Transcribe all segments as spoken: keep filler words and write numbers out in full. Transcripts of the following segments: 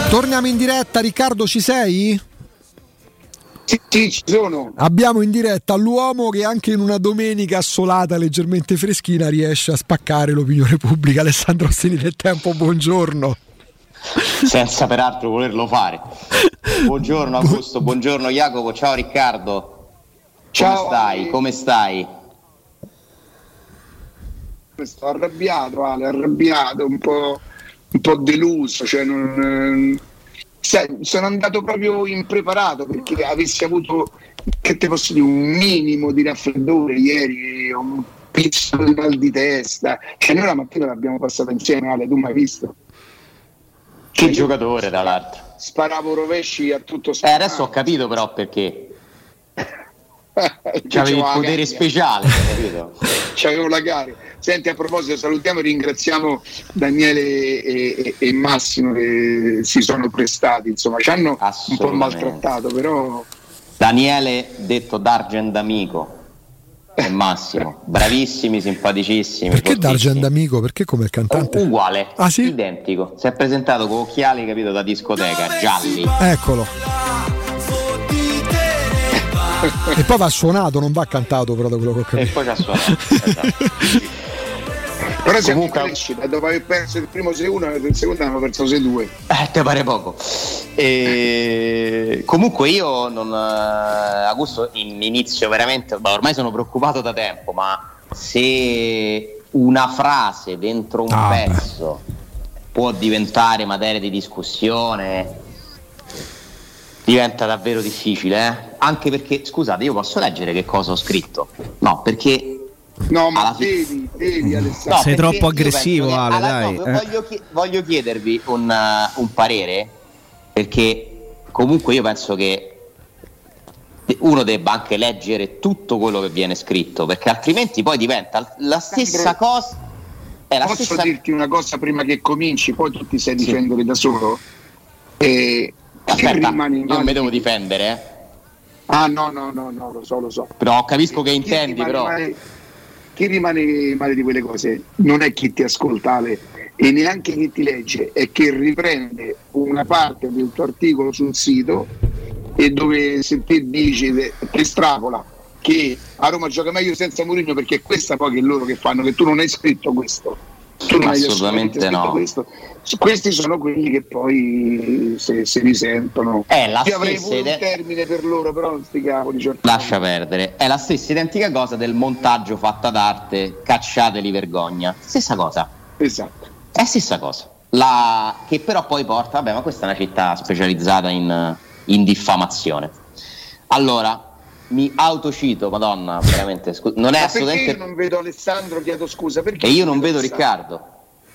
Torniamo in diretta, Riccardo, ci sei? Sì, sì, ci sono. Abbiamo in diretta l'uomo che anche in una domenica assolata leggermente freschina riesce a spaccare l'opinione pubblica, Alessandro Ossini del Tempo, buongiorno. Senza peraltro volerlo fare. Buongiorno Augusto, buongiorno Jacopo, ciao Riccardo. Ciao. Come stai? Come stai? Sto arrabbiato, Ale, arrabbiato, un po', un po' deluso, cioè non... Sai, sono andato proprio impreparato, perché avessi avuto, che te posso dire, un minimo di raffreddore ieri, un pizzo di mal di testa, cioè noi la mattina l'abbiamo passata insieme, Ale, tu mi hai visto? Che giocatore, tra l'altro. Sparavo rovesci a tutto eh, adesso ho capito però perché c'avevi il potere speciale, capito? C'avevo la gara. Senti, a proposito, salutiamo e ringraziamo Daniele e, e, e Massimo che si sono prestati, insomma, ci hanno un po' maltrattato, però Daniele detto D'Argent D'Amico e Massimo, bravissimi, simpaticissimi. Perché D'Argent D'Amico? Perché come il cantante? U- uguale, ah, sì? Identico. Si è presentato con occhiali, capito, da discoteca, gialli. Eccolo. E poi va suonato, non va cantato, però da quello che ho capito. E poi ci ha suonato. Esatto. Però siamo in crescita, dopo aver perso il primo sei uno, il secondo hanno perso sei due. Eh, te pare poco. E... Comunque io non Augusto inizio veramente, ma ormai sono preoccupato da tempo, ma se una frase dentro un ah, pezzo beh. può diventare materia di discussione, diventa davvero difficile, eh? Anche perché, scusate, io posso leggere che cosa ho scritto? No, perché no, ma devi, devi Alessandro. No, sei troppo aggressivo, che, Ale, alla, dai. No, eh. voglio, chied- voglio chiedervi un, uh, un parere, perché comunque io penso che uno debba anche leggere tutto quello che viene scritto, perché altrimenti poi diventa la stessa Andro, cosa. È la posso stessa... dirti una cosa prima che cominci, poi tu ti sai difendere sì. da solo? E Aspetta, io mi devo difendere, eh? Ah no, no, no, no, lo so, lo so. Però capisco che chi intendi, però. Male, chi rimane male di quelle cose non è chi ti ascolta e neanche chi ti legge, è che riprende una parte del tuo articolo sul sito e dove se te dici, te estrapola che a Roma gioca meglio senza Mourinho, perché questa poi che loro che fanno, che tu non hai scritto questo. Tu non assolutamente hai no. Questo. Questi sono quelli che poi se, se risentono. È la Io avrei voluto ide- un termine per loro, però non sti cavoli. Certo. Lascia perdere. È la stessa identica cosa del montaggio fatta d'arte, cacciateli vergogna. Stessa cosa. Esatto. È stessa cosa. La... Che però poi porta, vabbè, ma questa è una città specializzata in, in diffamazione. Allora, mi autocito, madonna, veramente scu- non è ma assolutamente. Perché io non vedo Alessandro, chiedo scusa, perché e io non vedo Alessandro? Riccardo.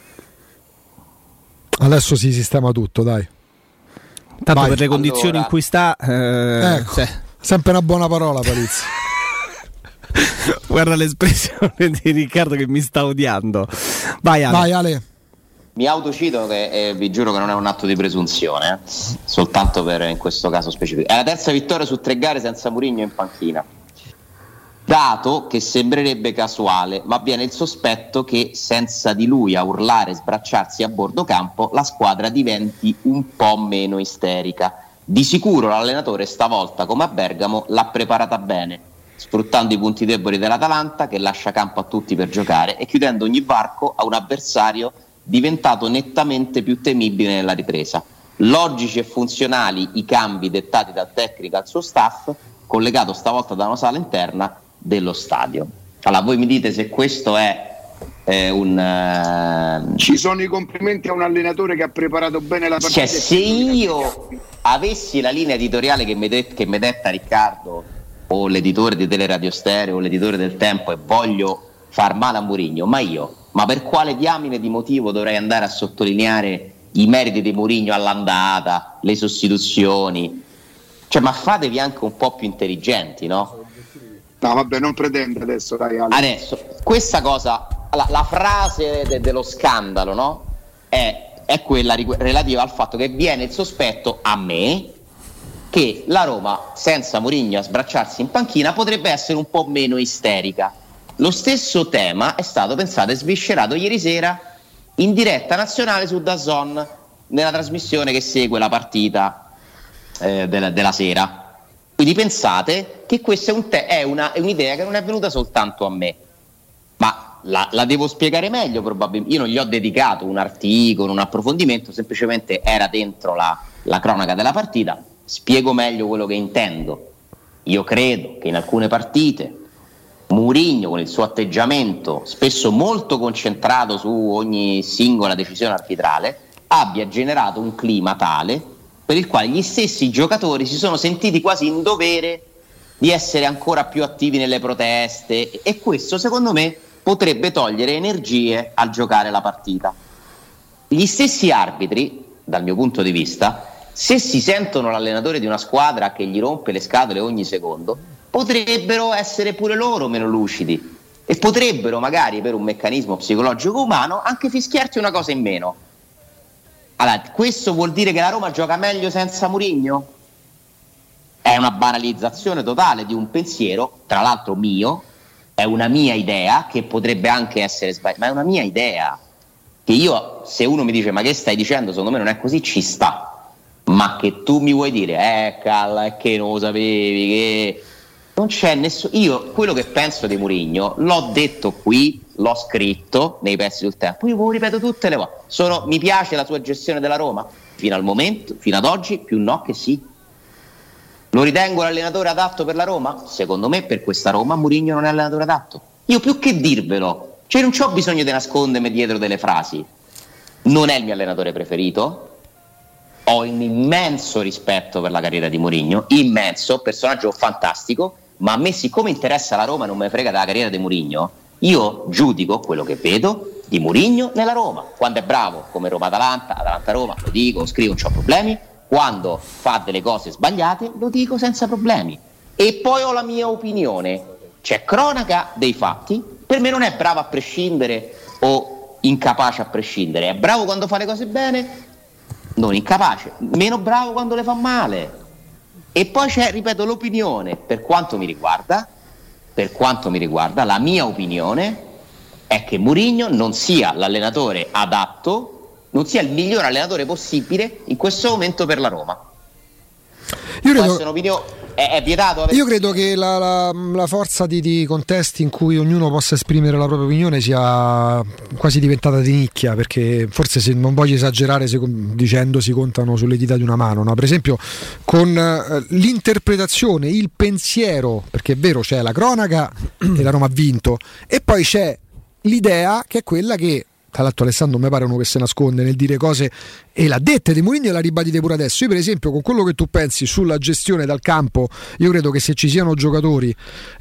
Adesso si sistema tutto, dai. Tanto Vai. per le condizioni allora, in cui sta, eh, ecco, cioè. sempre una buona parola, Palizzi. Guarda l'espressione di Riccardo che mi sta odiando. Vai Ale. Vai, Ale. Mi autocito che eh, vi giuro che non è un atto di presunzione, eh, soltanto per in questo caso specifico. È la terza vittoria su tre gare senza Mourinho in panchina. Dato che sembrerebbe casuale, ma viene il sospetto che senza di lui a urlare e sbracciarsi a bordo campo la squadra diventi un po' meno isterica. Di sicuro l'allenatore stavolta, come a Bergamo, l'ha preparata bene, sfruttando i punti deboli dell'Atalanta, che lascia campo a tutti per giocare, e chiudendo ogni varco a un avversario diventato nettamente più temibile nella ripresa. Logici e funzionali i cambi dettati dal tecnico al suo staff, collegato stavolta da una sala interna dello stadio. Allora voi mi dite se questo è eh, un uh... ci sono i complimenti a un allenatore che ha preparato bene la partita. Cioè, se io avessi la linea editoriale che mi, de- che mi detta Riccardo, o l'editore di Teleradio Stereo o l'editore del Tempo, e voglio far male a Mourinho, ma io ma per quale diamine di motivo dovrei andare a sottolineare i meriti di Mourinho all'andata, le sostituzioni? Cioè, ma fatevi anche un po' più intelligenti, no? No, vabbè, non pretende adesso, dai, Ale. Adesso, questa cosa, la, la frase de, dello scandalo, no? È, è quella rigu- relativa al fatto che viene il sospetto a me che la Roma, senza Mourinho a sbracciarsi in panchina, potrebbe essere un po' meno isterica. Lo stesso tema è stato pensato e sviscerato ieri sera in diretta nazionale su D A Z N nella trasmissione che segue la partita eh, della, della sera. Quindi pensate che questa è, un te- è, una, è un'idea che non è venuta soltanto a me, ma la, la devo spiegare meglio probabilmente. Io non gli ho dedicato un articolo, un approfondimento, semplicemente era dentro la, la cronaca della partita. Spiego meglio quello che intendo. Io credo che in alcune partite Mourinho, con il suo atteggiamento spesso molto concentrato su ogni singola decisione arbitrale, abbia generato un clima tale per il quale gli stessi giocatori si sono sentiti quasi in dovere di essere ancora più attivi nelle proteste, e questo secondo me potrebbe togliere energie al giocare la partita. Gli stessi arbitri, dal mio punto di vista, se si sentono l'allenatore di una squadra che gli rompe le scatole ogni secondo, potrebbero essere pure loro meno lucidi e potrebbero magari, per un meccanismo psicologico umano, anche fischiarti una cosa in meno. Allora, questo vuol dire che la Roma gioca meglio senza Mourinho? È una banalizzazione totale di un pensiero, tra l'altro mio, è una mia idea che potrebbe anche essere sbagliata, ma è una mia idea che io, se uno mi dice ma che stai dicendo, secondo me non è così, ci sta. Ma che tu mi vuoi dire eh calla, è che non lo sapevi, che non c'è nessuno. Io quello che penso di Mourinho l'ho detto qui, l'ho scritto nei pezzi del tempo, io ve lo ripeto tutte le volte. Sono, mi piace la sua gestione della Roma? Fino al momento, fino ad oggi, più no che sì. Lo ritengo l'allenatore adatto per la Roma? Secondo me per questa Roma Mourinho non è allenatore adatto. Io più che dirvelo, cioè non c'ho bisogno di nascondermi dietro delle frasi. Non è il mio allenatore preferito. Ho un immenso rispetto per la carriera di Mourinho, immenso, personaggio fantastico, ma a me, siccome interessa la Roma e non me ne frega della carriera di Mourinho, io giudico quello che vedo di Mourinho nella Roma. Quando è bravo, come Roma-Atalanta, Atalanta-Roma, lo dico, lo scrivo, non c'ho problemi. Quando fa delle cose sbagliate, lo dico senza problemi. E poi ho la mia opinione. C'è cronaca dei fatti. Per me non è bravo a prescindere o incapace a prescindere. È bravo quando fa le cose bene, non incapace, meno bravo quando le fa male. E poi c'è, ripeto, l'opinione. Per quanto mi riguarda, per quanto mi riguarda, la mia opinione è che Mourinho non sia l'allenatore adatto, non sia il miglior allenatore possibile in questo momento per la Roma. Io credo, è, un'opinione, è, è vietato avere... Io credo che la, la, la forza di, di contesti in cui ognuno possa esprimere la propria opinione sia quasi diventata di nicchia, perché forse, se non voglio esagerare, se, dicendo si contano sulle dita di una mano, no? Per esempio con eh, l'interpretazione, il pensiero, perché è vero, c'è la cronaca che la Roma ha vinto, e poi c'è l'idea che è quella che, tra l'altro Alessandro mi pare uno che se nasconde nel dire cose, e l'ha dette di Mourinho e l'ha ribadite pure adesso. Io per esempio, con quello che tu pensi sulla gestione dal campo, io credo che se ci siano giocatori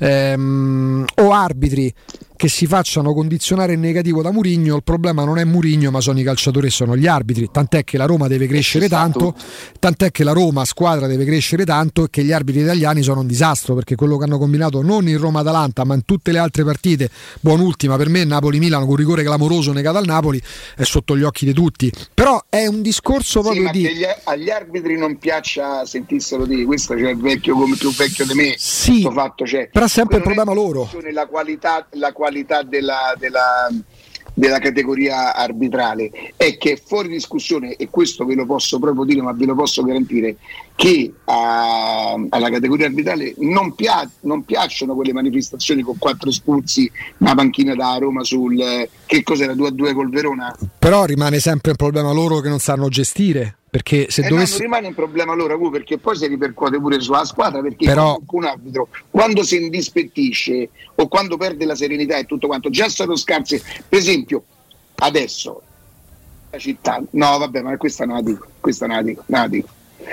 ehm, o arbitri che si facciano condizionare in negativo da Mourinho, il problema non è Mourinho ma sono i calciatori e sono gli arbitri, tant'è che la Roma deve crescere tanto, tant'è che la Roma squadra deve crescere tanto, e che gli arbitri italiani sono un disastro, perché quello che hanno combinato non in Roma-Atalanta ma in tutte le altre partite, buon'ultima per me Napoli-Milano con rigore clamoroso negato al Napoli, è sotto gli occhi di tutti. Però è un discorso proprio, sì, di... che gli, agli arbitri non piaccia sentissero dire questo, c'è, cioè, il vecchio come più vecchio di me, sì, fatto, cioè, però sempre il problema loro, la qualità, la qualità della, della, della categoria arbitrale è che è fuori discussione, e questo ve lo posso proprio dire, ma ve lo posso garantire, che a, alla categoria arbitrale non, pia, non piacciono quelle manifestazioni con quattro spuzzi, una panchina da Roma sul che cos'era due a due col Verona. Però rimane sempre un problema loro che non sanno gestire, perché se eh dovesse... no, non rimane un problema loro, perché poi si ripercuote pure sulla squadra, perché però... un arbitro quando si indispettisce o quando perde la serenità e tutto quanto, già sono scarsi. Per esempio adesso la città, no vabbè, ma questa non la dico, questa non la dico, non la dico.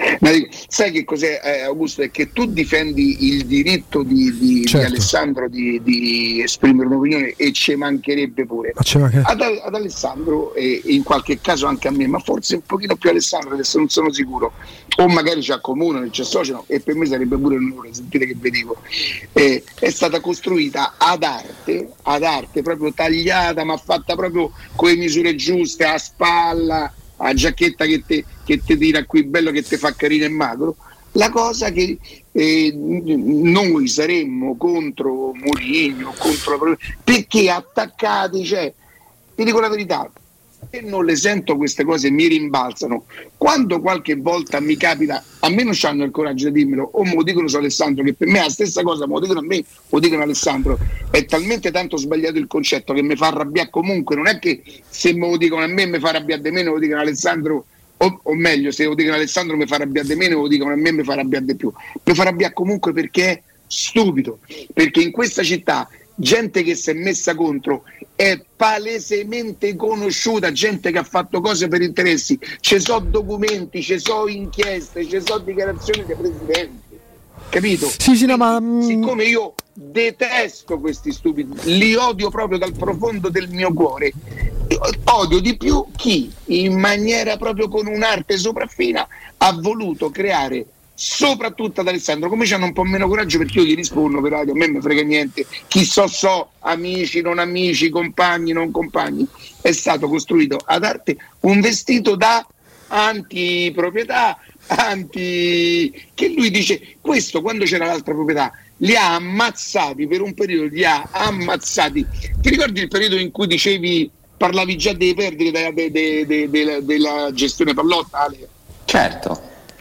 Sai che cos'è, eh, Augusto? È che tu difendi il diritto di, di, certo. di Alessandro di, di esprimere un'opinione, e ci mancherebbe pure mancherebbe. Ad, ad Alessandro, e in qualche caso anche a me, ma forse un pochino più Alessandro, adesso non sono sicuro, o magari ci accomunano, ci associano, e per me sarebbe pure un onore, sentire che vi dico, eh, è stata costruita ad arte, ad arte proprio tagliata, ma fatta proprio con le misure giuste, a spalla, a giacchetta che te, che te tira qui bello, che te fa carino e magro, la cosa che eh, noi saremmo contro Mourinho, contro, perché attaccati, cioè, ti dico la verità, e non le sento queste cose, mi rimbalzano. Quando qualche volta mi capita, a me non hanno il coraggio di dirmelo, o me lo dicono su Alessandro, che per me è la stessa cosa, me lo dicono a me, lo dicono a Alessandro, è talmente tanto sbagliato il concetto che mi fa arrabbiare comunque. Non è che se me lo dicono a me mi fa arrabbiare di meno, lo dicono a Alessandro, o, o meglio, se lo dicono a Alessandro mi fa arrabbiare di meno, lo dicono a me mi fa arrabbiare di più. Mi fa arrabbiare comunque perché è stupido, perché in questa città gente che si è messa contro è palesemente conosciuta, gente che ha fatto cose per interessi, ci sono documenti, ci sono inchieste, ci sono dichiarazioni dei presidenti, capito? Sì, sì, no, ma siccome io detesto questi stupidi, li odio proprio dal profondo del mio cuore, odio di più chi in maniera proprio con un'arte sopraffina ha voluto creare, soprattutto ad Alessandro, come c'hanno un po' meno coraggio, perché io gli rispondo per radio, a me mi frega niente, chi so so, amici, non amici, compagni, non compagni, è stato costruito ad arte un vestito da antiproprietà, anti, che lui dice, questo quando c'era l'altra proprietà li ha ammazzati per un periodo, li ha ammazzati. Ti ricordi il periodo in cui dicevi, parlavi già dei perdite della, de, de, de, de, della gestione Pallotta, Ale? Certo.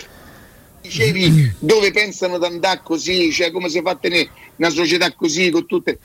Dicevi dove pensano di andare così, cioè come si fa a tenere una società così con tutte.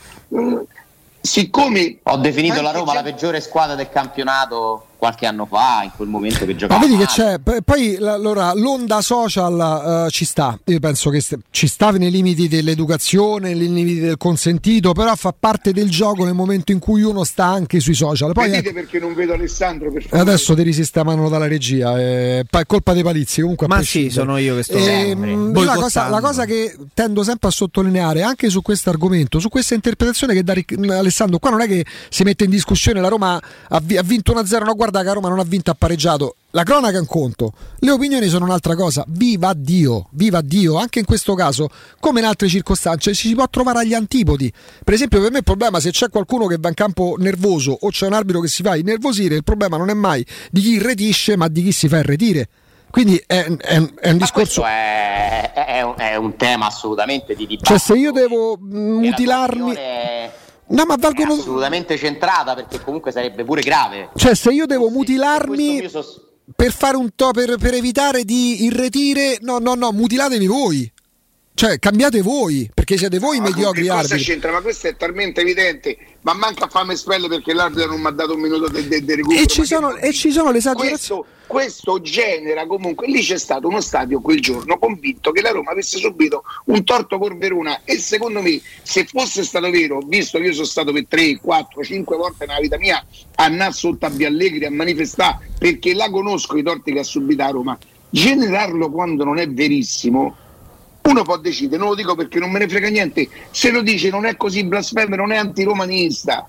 Siccome ho definito la Roma c'è... la peggiore squadra del campionato qualche anno fa, in quel momento che giocava. Ma vedi che c'è, poi allora l'onda social uh, ci sta, io penso che st- ci sta nei limiti dell'educazione, nei limiti del consentito, però fa parte del gioco nel momento in cui uno sta anche sui social. Poi vedete, ecco, perché non vedo Alessandro, per favore. Adesso ti risistemano dalla regia, è colpa dei Palizzi comunque. Ma sì, sono io che sto e, la, cosa, la cosa che tendo sempre a sottolineare anche su questo argomento, su questa interpretazione che dà Alessandro, qua non è che si mette in discussione la Roma ha, vi- ha vinto uno a zero, no, guarda che Roma non ha vinto, ha pareggiato. La cronaca è un conto, le opinioni sono un'altra cosa. Viva Dio, viva Dio, anche in questo caso, come in altre circostanze, ci si può trovare agli antipodi. Per esempio, per me il problema, se c'è qualcuno che va in campo nervoso o c'è un arbitro che si fa innervosire, il problema non è mai di chi irretisce, ma di chi si fa irretire. Quindi è, è, è un discorso. È, è, un, è un tema assolutamente di dibattito. Cioè, se io devo mutilarmi. No, ma valgono... è assolutamente centrata, perché comunque sarebbe pure grave. Cioè, se io devo mutilarmi sos... per fare un to per, per evitare di irretire, no, no, no, mutilatevi voi. Cioè, cambiate voi, perché siete voi i no, mediocri arbitri. Cosa c'entra? Ma questo è talmente evidente, ma manca a farmi spelle perché l'arbitro non mi ha dato un minuto di de, de recupero. E ci sono, e ci sono le esagerazioni. Questo, questo genera comunque, lì c'è stato uno stadio quel giorno convinto che la Roma avesse subito un torto con Verona, e secondo me, se fosse stato vero, visto che io sono stato per tre, quattro, cinque volte nella vita mia a andare sotto a Via Allegri a manifestare, perché la conosco i torti che ha subito a Roma, generarlo quando non è verissimo, uno può decidere, non lo dico perché non me ne frega niente, se lo dice non è così blasfemo, non è antiromanista,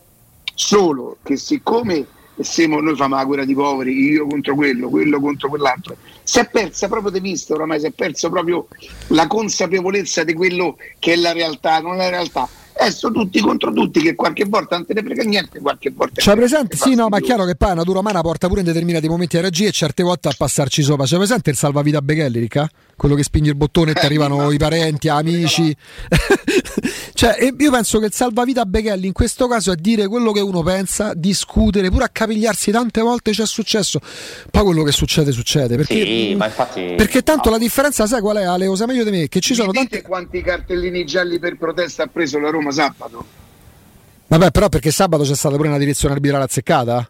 solo che siccome siamo, noi famo la guerra di poveri, io contro quello, quello contro quell'altro, si è persa proprio di vista oramai, si è persa proprio la consapevolezza di quello che è la realtà, non è la realtà. Adesso tutti contro tutti, che qualche volta non te ne frega niente, qualche volta c'è presente? Sì, no, ma è chiaro che poi la natura umana porta pure in determinati momenti a reagire e certe volte a passarci sopra. C'è presente il salvavita Beghelli, Ricca? Quello che spingi il bottone e ti arrivano i parenti, amici. Cioè, io penso che il salvavita Beghelli in questo caso è dire quello che uno pensa, discutere, pure accapigliarsi tante volte c'è successo. Poi quello che succede succede, perché, sì, ma infatti, perché tanto no. La differenza, sai qual è, Ale? Lo sai meglio di me, che ci Mi sono dite tante... quanti cartellini gialli per protesta ha preso la Roma sabato? Vabbè, però perché sabato c'è stata pure una direzione arbitrale azzeccata?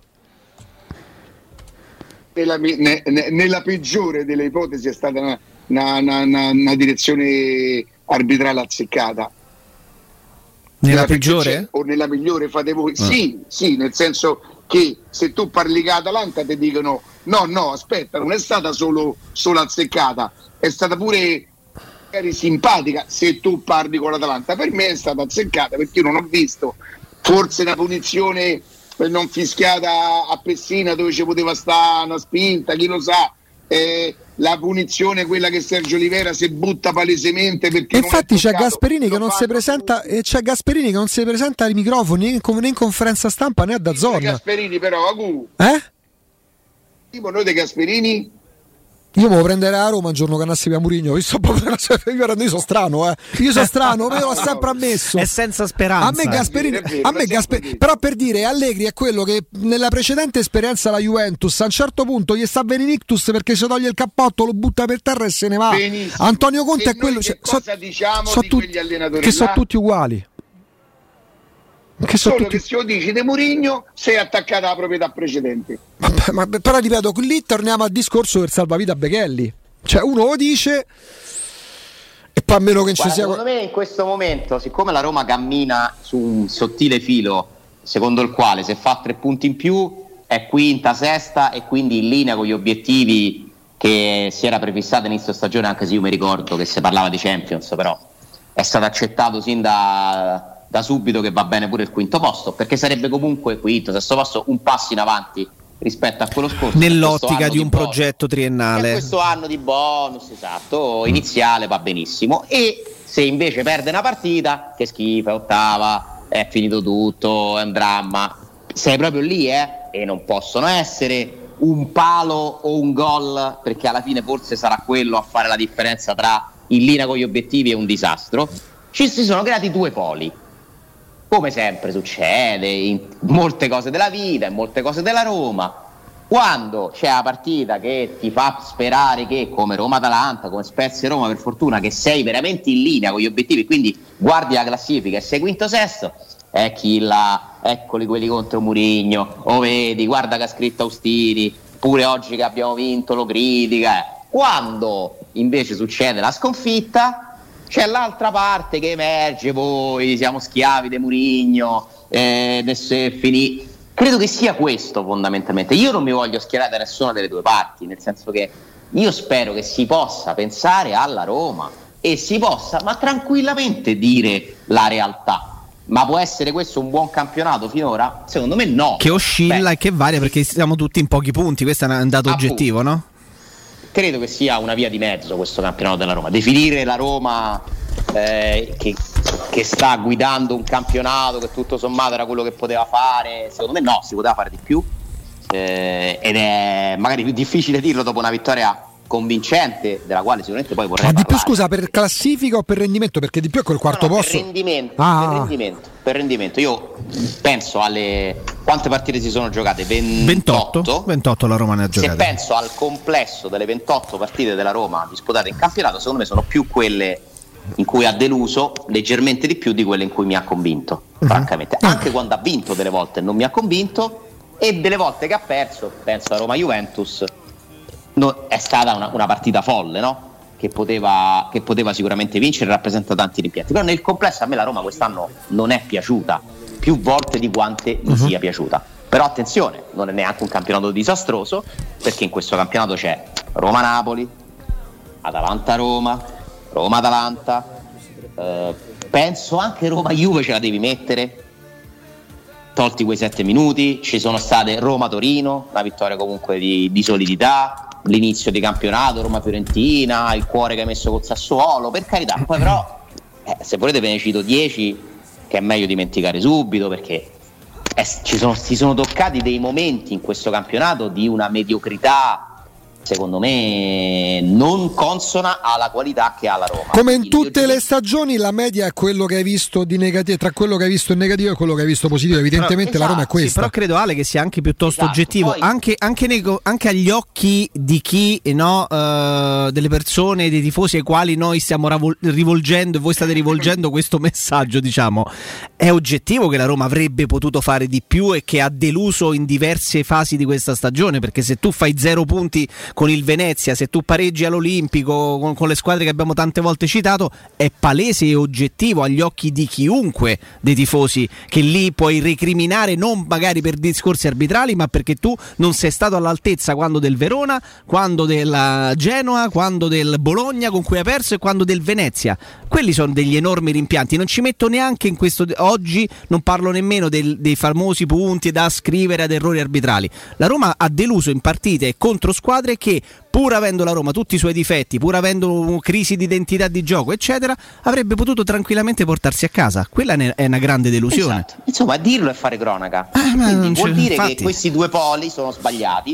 Nella, ne, ne, nella peggiore delle ipotesi è stata una, una, una, una direzione arbitrale azzeccata. Nella peggiore? O nella migliore fate voi? Ah. Sì, sì, nel senso che se tu parli con Atalanta ti dicono no, no, aspetta, non è stata solo, solo azzeccata, è stata pure magari simpatica se tu parli con l'Atalanta. Per me è stata azzeccata perché io non ho visto forse una punizione non fischiata a Pessina dove ci poteva stare una spinta, chi lo sa, eh, la punizione quella che Sergio Olivera si butta palesemente perché infatti non c'è Gasperini che non si presenta e c'è Gasperini che non si presenta ai microfoni né in, né in conferenza stampa né a DAZN. Gasperini però Agu. Eh? Tipo noi dei Gasperini Io me lo prenderei a Roma un giorno che andassi via Mourinho. Io, io sono strano, eh. Io sono strano, me l'ho sempre ammesso. È senza speranza. A me Gasperini, a me Gasperini, però per dire Allegri è quello che nella precedente esperienza alla Juventus a un certo punto gli sta bene ictus perché si toglie il cappotto, lo butta per terra e se ne va. Benissimo. Antonio Conte e è quello. Che cioè, cosa so, diciamo so di tu, quegli allenatori che là? sono tutti uguali. Che Solo tutti... che se lo dici di Mourinho sei attaccato alla proprietà precedente. Vabbè, ma, però ripeto, lì torniamo al discorso del salvavita Bechelli. Cioè uno lo dice e poi a meno che Guarda, ci sia. Secondo me in questo momento, siccome la Roma cammina su un sottile filo secondo il quale se fa tre punti in più è quinta, sesta e quindi in linea con gli obiettivi che si era prefissato inizio stagione, anche se io mi ricordo che si parlava di Champions, però è stato accettato sin da da subito che va bene pure il quinto posto, perché sarebbe comunque quinto, sesto posto, un passo in avanti rispetto a quello scorso. Nell'ottica di un di progetto triennale. E questo anno di bonus, esatto, iniziale va benissimo. E se invece perde una partita, che schifo, è ottava, è finito tutto, è un dramma. Sei proprio lì, eh? E non possono essere un palo o un gol, perché alla fine forse sarà quello a fare la differenza tra in linea con gli obiettivi e un disastro. Ci si sono creati due poli. Come sempre succede in molte cose della vita, in molte cose della Roma, quando c'è la partita che ti fa sperare che, come Roma-Atalanta, come Spezia-Roma, per fortuna, che sei veramente in linea con gli obiettivi, quindi guardi la classifica e sei quinto-sesto, è chi là, eccoli quelli contro Mourinho, o vedi, guarda che ha scritto Austini, pure oggi che abbiamo vinto lo critica. Quando invece succede la sconfitta, c'è l'altra parte che emerge, voi siamo schiavi di Mourinho, eh, adesso è finito. Credo che sia questo fondamentalmente. Io non mi voglio schierare da nessuna delle due parti, nel senso che io spero che si possa pensare alla Roma e si possa, ma tranquillamente, dire la realtà. Ma può essere questo un buon campionato finora? Secondo me no. Che oscilla Beh, e che varia, perché siamo tutti in pochi punti, questo è un dato appunto. oggettivo, no? Credo che sia una via di mezzo questo campionato della Roma. Definire la Roma eh, che, che sta guidando un campionato che tutto sommato era quello che poteva fare, secondo me no, si poteva fare di più, eh, ed è magari più difficile dirlo dopo una vittoria convincente della quale sicuramente poi vorrei Ma di più, parlare. scusa, per classifica o per rendimento? Perché di più è quel quarto no, no, posto per rendimento, ah. per rendimento per rendimento io penso alle quante partite si sono giocate, ventotto ventotto la Roma ne ha giocate. Se penso al complesso delle ventotto partite della Roma disputate in campionato, secondo me sono più quelle in cui ha deluso leggermente di più di quelle in cui mi ha convinto, uh-huh. francamente, anche quando ha vinto delle volte non mi ha convinto, e delle volte che ha perso, penso a Roma-Juventus, no, è stata una, una partita folle, no? Che poteva, che poteva sicuramente vincere, rappresenta tanti rimpianti, però nel complesso a me la Roma quest'anno non è piaciuta più volte di quante mi uh-huh. sia piaciuta. Però attenzione, non è neanche un campionato disastroso, perché in questo campionato c'è Roma-Napoli, Atalanta-Roma, Roma-Atalanta, eh, penso anche Roma-Juve ce la devi mettere, tolti quei sette minuti. Ci sono state Roma-Torino, una vittoria comunque di, di solidità, l'inizio di campionato, Roma-Fiorentina, il cuore che hai messo col Sassuolo, per carità. Poi però eh, se volete ve ne cito dieci che è meglio dimenticare subito, perché eh, ci sono, si sono toccati dei momenti in questo campionato di una mediocrità secondo me non consona alla qualità che ha la Roma. Come in tutte le stagioni la media è quello che hai visto di negativo, tra quello che hai visto in negativo e quello che hai visto positivo, evidentemente però, la Roma è questa. Sì, però credo, Ale, che sia anche piuttosto esatto, oggettivo, poi... anche, anche, nei, anche agli occhi di chi, no, uh, delle persone, dei tifosi ai quali noi stiamo ravol- rivolgendo e voi state rivolgendo questo messaggio, diciamo, è oggettivo che la Roma avrebbe potuto fare di più e che ha deluso in diverse fasi di questa stagione, perché se tu fai zero punti con il Venezia, se tu pareggi all'Olimpico con, con le squadre che abbiamo tante volte citato, è palese e oggettivo agli occhi di chiunque dei tifosi che lì puoi recriminare, non magari per discorsi arbitrali, ma perché tu non sei stato all'altezza quando del Verona, quando della Genoa, quando del Bologna con cui hai perso e quando del Venezia. Quelli sono degli enormi rimpianti, non ci metto neanche in questo, oggi non parlo nemmeno del, dei famosi punti da ascrivere ad errori arbitrali. La Roma ha deluso in partite contro squadre che, pur avendo la Roma tutti i suoi difetti, pur avendo crisi di identità di gioco eccetera, avrebbe potuto tranquillamente portarsi a casa. Quella è una grande delusione. Esatto. Insomma, dirlo è fare cronaca. Ah, Quindi vuol dire infatti... che questi due poli sono sbagliati,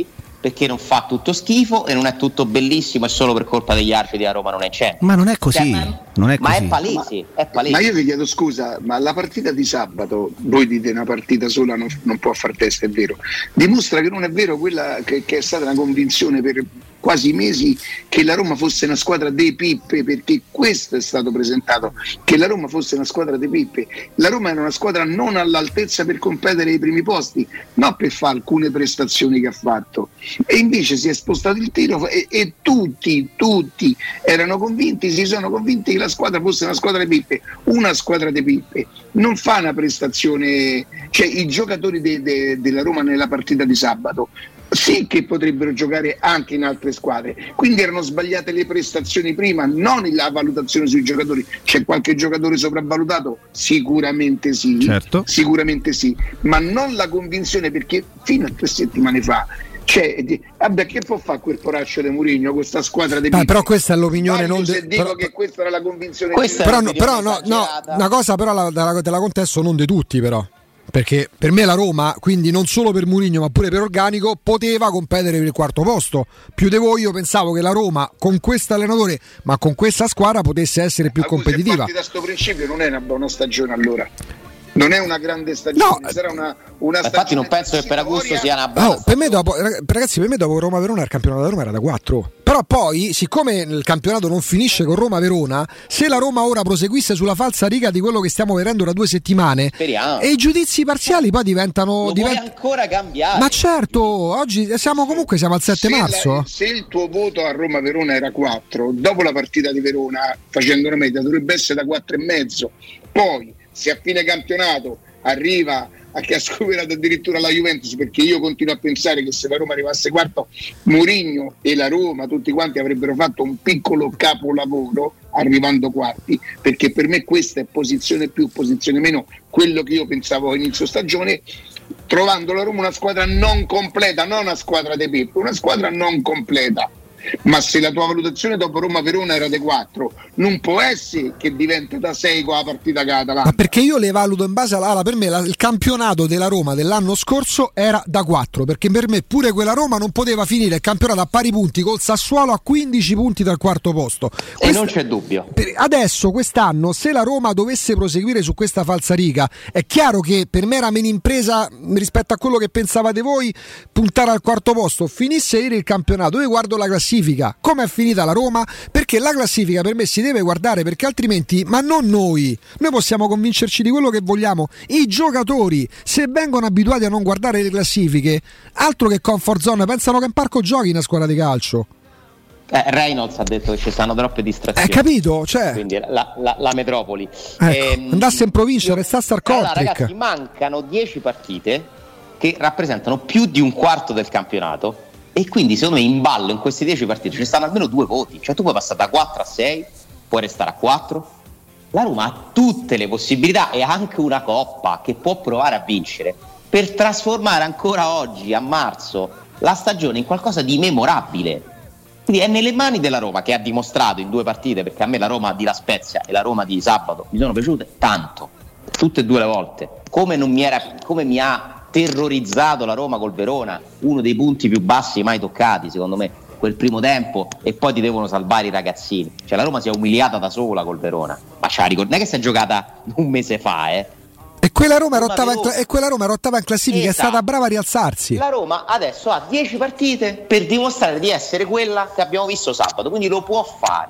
perché non fa tutto schifo e non è tutto bellissimo e solo per colpa degli arbitri a Roma non è c'è. Ma non è così, cioè, ma, non è ma così. è palese, ma, è palese. Ma io vi chiedo scusa, ma la partita di sabato, voi dite una partita sola non, non può far testa, è vero, dimostra che non è vero quella che, che è stata una convinzione per quasi mesi che la Roma fosse una squadra dei pippe, perché questo è stato presentato, che la Roma fosse una squadra dei pippe. La Roma era una squadra non all'altezza per competere ai primi posti, non per fare alcune prestazioni che ha fatto, e invece si è spostato il tiro e, e tutti, tutti erano convinti, si sono convinti che la squadra fosse una squadra dei pippe. Una squadra dei pippe non fa una prestazione, cioè i giocatori de, de, della Roma nella partita di sabato sì che potrebbero giocare anche in altre squadre, quindi erano sbagliate le prestazioni prima, non la valutazione sui giocatori. C'è qualche giocatore sopravvalutato? Sicuramente sì, certo. Sicuramente sì, ma non la convinzione, perché fino a tre settimane fa cioè, vabbè, che può fare quel poraccio di Mourinho, questa squadra di ah, però questa è l'opinione non non se de- dico però, che questa era la convinzione questa però, è no, però no, no, una cosa però la, la, te la contesto non di tutti, però perché per me la Roma, quindi non solo per Mourinho ma pure per organico, poteva competere per il quarto posto. Più di voi io pensavo che la Roma con questo allenatore ma con questa squadra potesse essere più competitiva. Se da sto principio non è una buona stagione, allora non è una grande stagione, no, sarà una, una stagione. Infatti non penso che per Augusto sia una buona oh, per me dopo, ragazzi, per me dopo Roma-Verona il campionato da Roma era da quattro. Però poi, siccome il campionato non finisce con Roma-Verona, se la Roma ora proseguisse sulla falsa riga di quello che stiamo vedendo da due settimane, speriamo, e i giudizi parziali poi diventano lo divent... puoi ancora cambiare. Ma certo, oggi siamo comunque siamo al sette marzo. La, se il tuo voto a Roma-Verona era quattro, dopo la partita di Verona, facendo una media, dovrebbe essere da quattro e mezzo. Poi, se a fine campionato arriva a che ha superato addirittura la Juventus, perché io continuo a pensare che se la Roma arrivasse quarto, Mourinho e la Roma tutti quanti avrebbero fatto un piccolo capolavoro arrivando quarti, perché per me questa è posizione più, posizione meno, quello che io pensavo a inizio stagione, trovando la Roma una squadra non completa, non una squadra dei Peppi, una squadra non completa. Ma se la tua valutazione dopo Roma-Verona era di quattro, non può essere che diventa da sei con la partita che Atalanta. Ma perché io le valuto in base alla, per me la, il campionato della Roma dell'anno scorso era da quattro, perché per me pure quella Roma non poteva finire il campionato a pari punti col Sassuolo a quindici punti dal quarto posto. E Questa, non c'è dubbio. Per, adesso quest'anno se la Roma dovesse proseguire su questa falsariga, è chiaro che per me era meno impresa rispetto a quello che pensavate voi puntare al quarto posto. Finisse ieri il campionato, io guardo la classifica, come è finita la Roma, perché la classifica per me si deve guardare, perché altrimenti, ma non noi, noi possiamo convincerci di quello che vogliamo, i giocatori se vengono abituati a non guardare le classifiche, altro che comfort zone, pensano che in parco giochi una squadra di calcio. Eh, Reynolds ha detto che ci stanno troppe distrazioni. Hai capito? Cioè, quindi la, la, la metropoli. Ecco, ehm, andasse in provincia, restasse al allora, Kortrijk. ragazzi, mancano dieci partite che rappresentano più di un quarto del campionato. E quindi secondo me in ballo in queste dieci partite ci stanno almeno due voti, cioè tu puoi passare da quattro a sei, puoi restare a quattro. La Roma ha tutte le possibilità e anche una coppa che può provare a vincere per trasformare ancora oggi, a marzo, la stagione in qualcosa di memorabile. Quindi è nelle mani della Roma, che ha dimostrato in due partite, perché a me la Roma di La Spezia e la Roma di sabato mi sono piaciute tanto, tutte e due le volte, come, non mi, era, come mi ha terrorizzato la Roma col Verona, uno dei punti più bassi mai toccati secondo me quel primo tempo, e poi ti devono salvare i ragazzini, cioè la Roma si è umiliata da sola col Verona, ma ce la ricordo, non è che si è giocata un mese fa, eh. E quella Roma era ottava in, cla- e quella Roma era ottava in classifica, esatto. È stata brava a rialzarsi. La Roma adesso ha dieci partite per dimostrare di essere quella che abbiamo visto sabato, quindi lo può fare.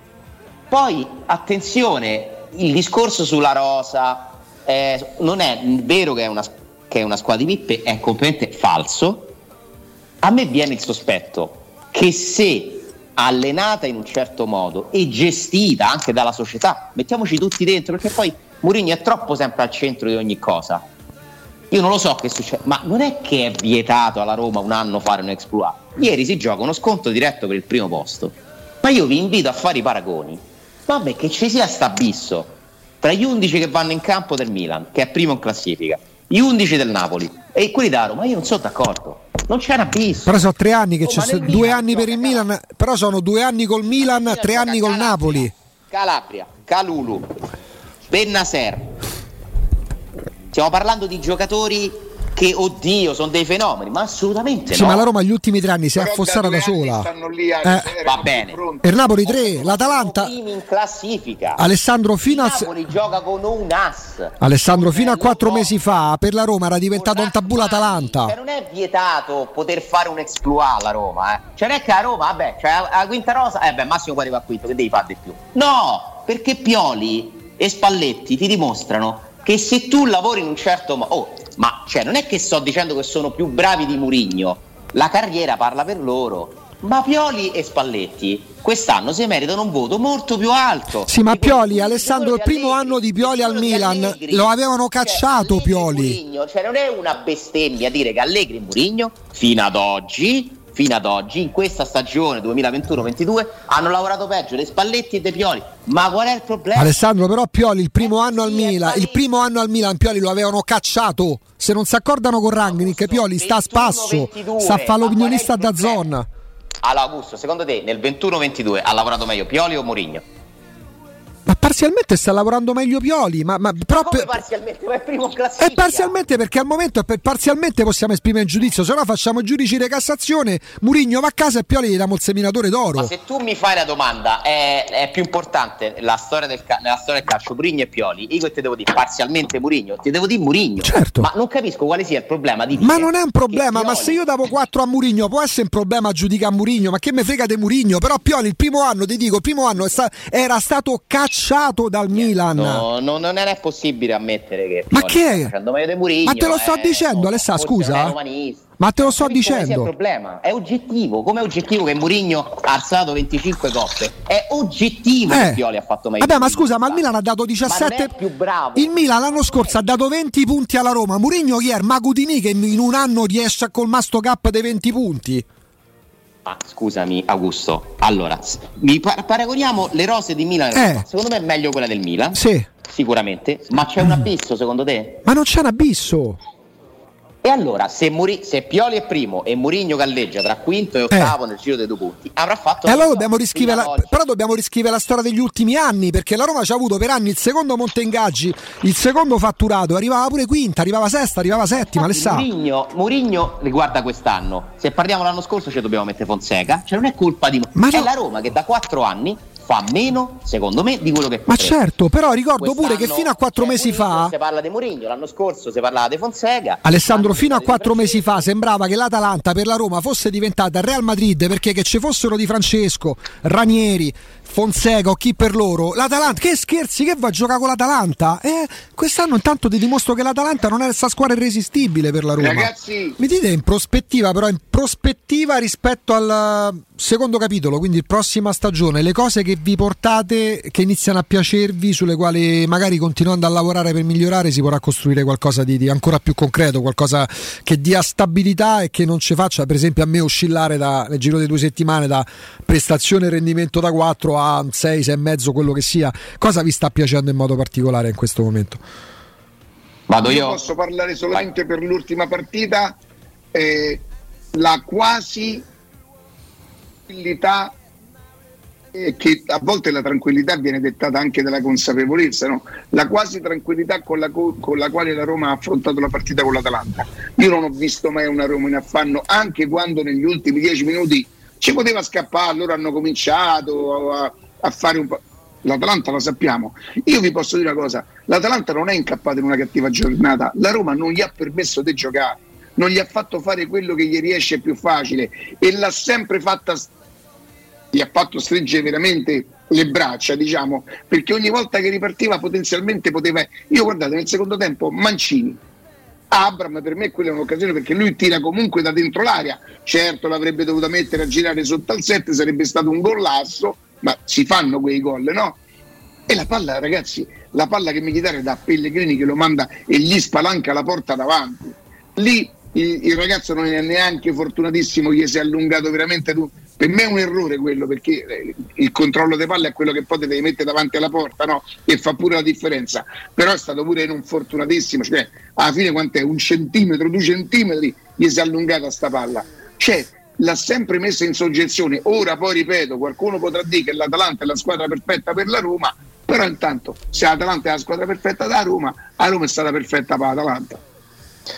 Poi attenzione, il discorso sulla rosa, eh, non è vero che è una che è una squadra di pippe, è completamente falso. A me viene il sospetto che se allenata in un certo modo e gestita anche dalla società, mettiamoci tutti dentro, perché poi Mourinho è troppo sempre al centro di ogni cosa, io non lo so che succede, ma non è che è vietato alla Roma un anno fare un exploit. Ieri si gioca uno scontro diretto per il primo posto, ma io vi invito a fare i paragoni. Vabbè, che ci sia sta abisso tra gli undici che vanno in campo del Milan, che è primo in classifica, gli undici del Napoli e quelli da Roma, io non sono d'accordo, non c'è un abisso. Però sono tre anni che oh, c'è, due Milan anni per il Milan, Milan, però sono due anni col Milan, Milan tre anni col Calabria, Napoli. Calabria, Calulu, Bennacer. Stiamo parlando di giocatori che oddio sono dei fenomeni, ma assolutamente sì, no. Ma la Roma gli ultimi tre anni si è Però affossata da da sola. Stanno lì a eh. Va bene. E il Napoli tre, l'Atalanta primi in classifica. Alessandro fino a Napoli gioca con un as. Alessandro fino a Eh, quattro lo so. mesi fa per la Roma era diventato un tabù l'Atalanta. Cioè, non è vietato poter fare un exploit alla Roma, eh. Cioè non è che la Roma, vabbè, cioè la quinta rosa, eh beh, Massimo poi arriva a quinto, che devi fare di più? No, perché Pioli e Spalletti ti dimostrano che se tu lavori in un certo modo, oh, ma cioè non è che sto dicendo che sono più bravi di Mourinho, la carriera parla per loro. Ma Pioli e Spalletti quest'anno si meritano un voto molto più alto. Sì, ma Tipo, Pioli, Alessandro, il primo Allegri, anno di Pioli al quello di Milan Allegri. lo avevano cacciato. Cioè, Pioli. Mourinho, cioè non è una bestemmia dire che Allegri e Mourinho fino ad oggi fino ad oggi in questa stagione duemilaventuno ventidue hanno lavorato peggio dei Spalletti e dei Pioli. Ma qual è il problema? Alessandro, però Pioli il primo Eh, anno sì, al Milan, è il primo anno al Milan Pioli lo avevano cacciato. Se non si accordano con Rangnick, Pioli sta a spasso, sta a fare l'opinionista da zona. Allora Augusto, secondo te nel ventuno ventidue ha lavorato meglio Pioli o Mourinho? Ma parzialmente sta lavorando meglio Pioli, ma, ma però Ma come per- parzialmente? Ma è primo in classifica. è parzialmente perché al momento è per- parzialmente possiamo esprimere il giudizio, se no facciamo giudici di Cassazione, Mourinho va a casa e Pioli gli diamo il seminatore d'oro. Ma se tu mi fai la domanda, è, è più importante la storia del ca- nella storia del calcio Mourinho e Pioli? Io ti devo dire parzialmente Mourinho, ti devo dire Mourinho. Certo. Ma non capisco quale sia il problema di dire Ma non è un problema, che ma Pioli- se io davo quattro a Mourinho può essere un problema giudicare Mourinho, ma che me frega di Mourinho? Però Pioli il primo anno, ti dico, il primo anno è sta- era stato cacciato dal Milan. No, no, non è possibile ammettere che Ma Pioli che sta facendo meglio di Mourinho. Ma te lo sto eh, dicendo, no, Alessà, forse scusa? non è romanista. Ma te lo sto Non capisco quale sia dicendo. il problema è oggettivo, come è oggettivo che Mourinho ha alzato venticinque coppe, è oggettivo Eh. che Pioli ha fatto meglio. Vabbè, ma di scusa, ma il Mourinho. Milan ha dato diciassette. Ma non è più bravo. Il Milan l'anno scorso ha dato venti punti alla Roma. Mourinho chi è? Magudini che in un anno riesce a colmare sto gap dei venti punti. Ma scusami Augusto, allora s- mi pa- paragoniamo le rose di Milan e Eh. Roma. Secondo me è meglio quella del Milan, Sì, sicuramente, ma c'è un abisso secondo te? ma non c'è un abisso. E allora se, Muri- se Pioli è primo e Mourinho galleggia tra quinto e ottavo nel giro dei due punti avrà fatto E allora meglio dobbiamo riscrivere fino la, ad oggi. però dobbiamo riscrivere la storia degli ultimi anni, perché la Roma ci ha avuto per anni il secondo monte ingaggi, il secondo fatturato, arrivava pure quinta, arrivava sesta, arrivava settima, le sa. Mourinho, Mourinho riguarda quest'anno. Se parliamo l'anno scorso ci dobbiamo mettere Fonseca, cioè non è colpa di Ma è no. la Roma che da quattro anni fa meno, secondo me, di quello che Ma potrebbe. certo, però ricordo pure che Quest'anno fino a quattro c'è mesi Mourinho, fa si parla di Mourinho, l'anno scorso si parlava di Fonseca. Alessandro, L'anno fino a si parla di quattro mesi Francesco. fa sembrava che l'Atalanta per la Roma fosse diventata il Real Madrid, perché che ci fossero Di Francesco, Ranieri, Fonseca o chi per loro. L'Atalanta, che scherzi, che va a giocare con l'Atalanta? Eh, quest'anno intanto ti dimostro che l'Atalanta non è questa squadra irresistibile per la Roma. Ragazzi, Mi dite in prospettiva, però in prospettiva rispetto al secondo capitolo, quindi prossima stagione, le cose che vi portate, che iniziano a piacervi, sulle quali magari continuando a lavorare per migliorare si vorrà costruire qualcosa di, di ancora più concreto, qualcosa che dia stabilità e che non ci faccia, per esempio a me, oscillare da, nel giro di due settimane da prestazione e rendimento da quattro a sei, sei e mezzo, quello che sia. Cosa vi sta piacendo in modo particolare in questo momento? Vado io io. posso parlare solamente per l'ultima partita, eh, la quasi tranquillità, eh, che a volte la tranquillità viene dettata anche dalla consapevolezza, no? La quasi tranquillità con la, co- con la quale la Roma ha affrontato la partita con l'Atalanta. Io non ho visto mai una Roma in affanno, anche quando negli ultimi dieci minuti ci poteva scappare, loro hanno cominciato a, a fare un po'. L'Atalanta lo sappiamo. Io vi posso dire una cosa, l'Atalanta non è incappata in una cattiva giornata, la Roma non gli ha permesso di giocare, non gli ha fatto fare quello che gli riesce più facile e l'ha sempre fatta, gli ha fatto stringere veramente le braccia, diciamo, perché ogni volta che ripartiva potenzialmente poteva. Io guardate, nel secondo tempo Mancini, Abram, per me quella è un'occasione, perché lui tira comunque da dentro l'area, certo l'avrebbe dovuta mettere a girare sotto al set, sarebbe stato un gollasso, ma si fanno quei gol, no? E la palla, ragazzi, la palla che Mkhitaryan dà a Pellegrini che lo manda e gli spalanca la porta davanti, lì il, il ragazzo non è neanche fortunatissimo, gli si è allungato veramente tu. Per me è un errore quello, perché il controllo delle palle è quello che poi ti devi mettere davanti alla porta, no? E fa pure la differenza, però è stato pure non fortunatissimo, cioè alla fine quant'è? Un centimetro, due centimetri gli si è allungata sta palla, cioè l'ha sempre messa in soggezione. Ora poi ripeto, qualcuno potrà dire che l'Atalanta è la squadra perfetta per la Roma, però intanto se l'Atalanta è la squadra perfetta da Roma, la Roma è stata perfetta per l'Atalanta.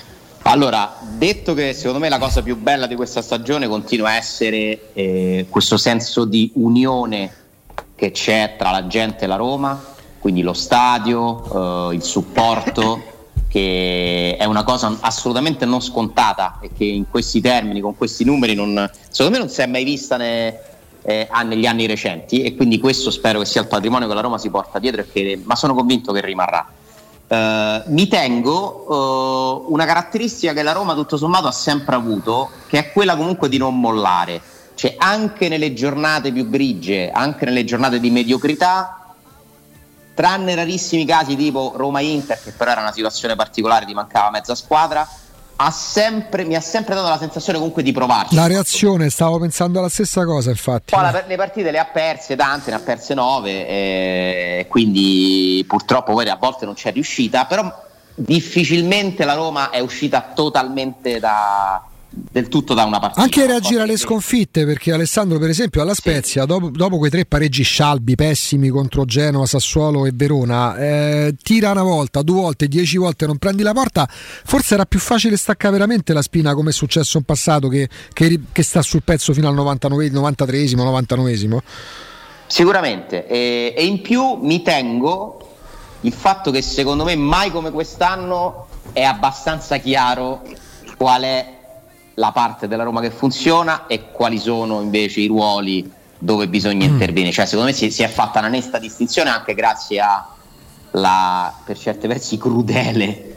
Allora, detto che secondo me la cosa più bella di questa stagione continua a essere eh, questo senso di unione che c'è tra la gente e la Roma, quindi lo stadio, eh, il supporto, che è una cosa assolutamente non scontata e che in questi termini, con questi numeri, non, secondo me non si è mai vista ne, eh, negli anni recenti, e quindi questo spero che sia il patrimonio che la Roma si porta dietro, e che, ma sono convinto che rimarrà. Uh, mi tengo uh, una caratteristica che la Roma tutto sommato ha sempre avuto, che è quella comunque di non mollare, cioè anche nelle giornate più grigie, anche nelle giornate di mediocrità, tranne rarissimi casi tipo Roma-Inter, che però era una situazione particolare, ti mancava mezza squadra, ha sempre, mi ha sempre dato la sensazione comunque di provarci. La reazione, stavo pensando alla stessa cosa, infatti. Poi la, le partite le ha perse tante, ne ha perse nove, eh, quindi purtroppo poi a volte non c'è riuscita, però difficilmente la Roma è uscita totalmente da... del tutto da una partita. Anche reagire alle sconfitte, perché Alessandro per esempio alla Spezia, sì, dopo, dopo quei tre pareggi scialbi pessimi contro Genova, Sassuolo e Verona, eh, tira una volta, due volte, dieci volte, non prendi la porta, forse era più facile staccare veramente la spina, come è successo in passato, che, che, che sta sul pezzo fino al novantanove, novantatreesimo, novantanovesimo. Sicuramente, e, e in più mi tengo il fatto che secondo me mai come quest'anno è abbastanza chiaro qual è la parte della Roma che funziona e quali sono invece i ruoli dove bisogna mm. intervenire. Cioè secondo me si, si è fatta una netta distinzione, anche grazie a la, per certi versi, crudele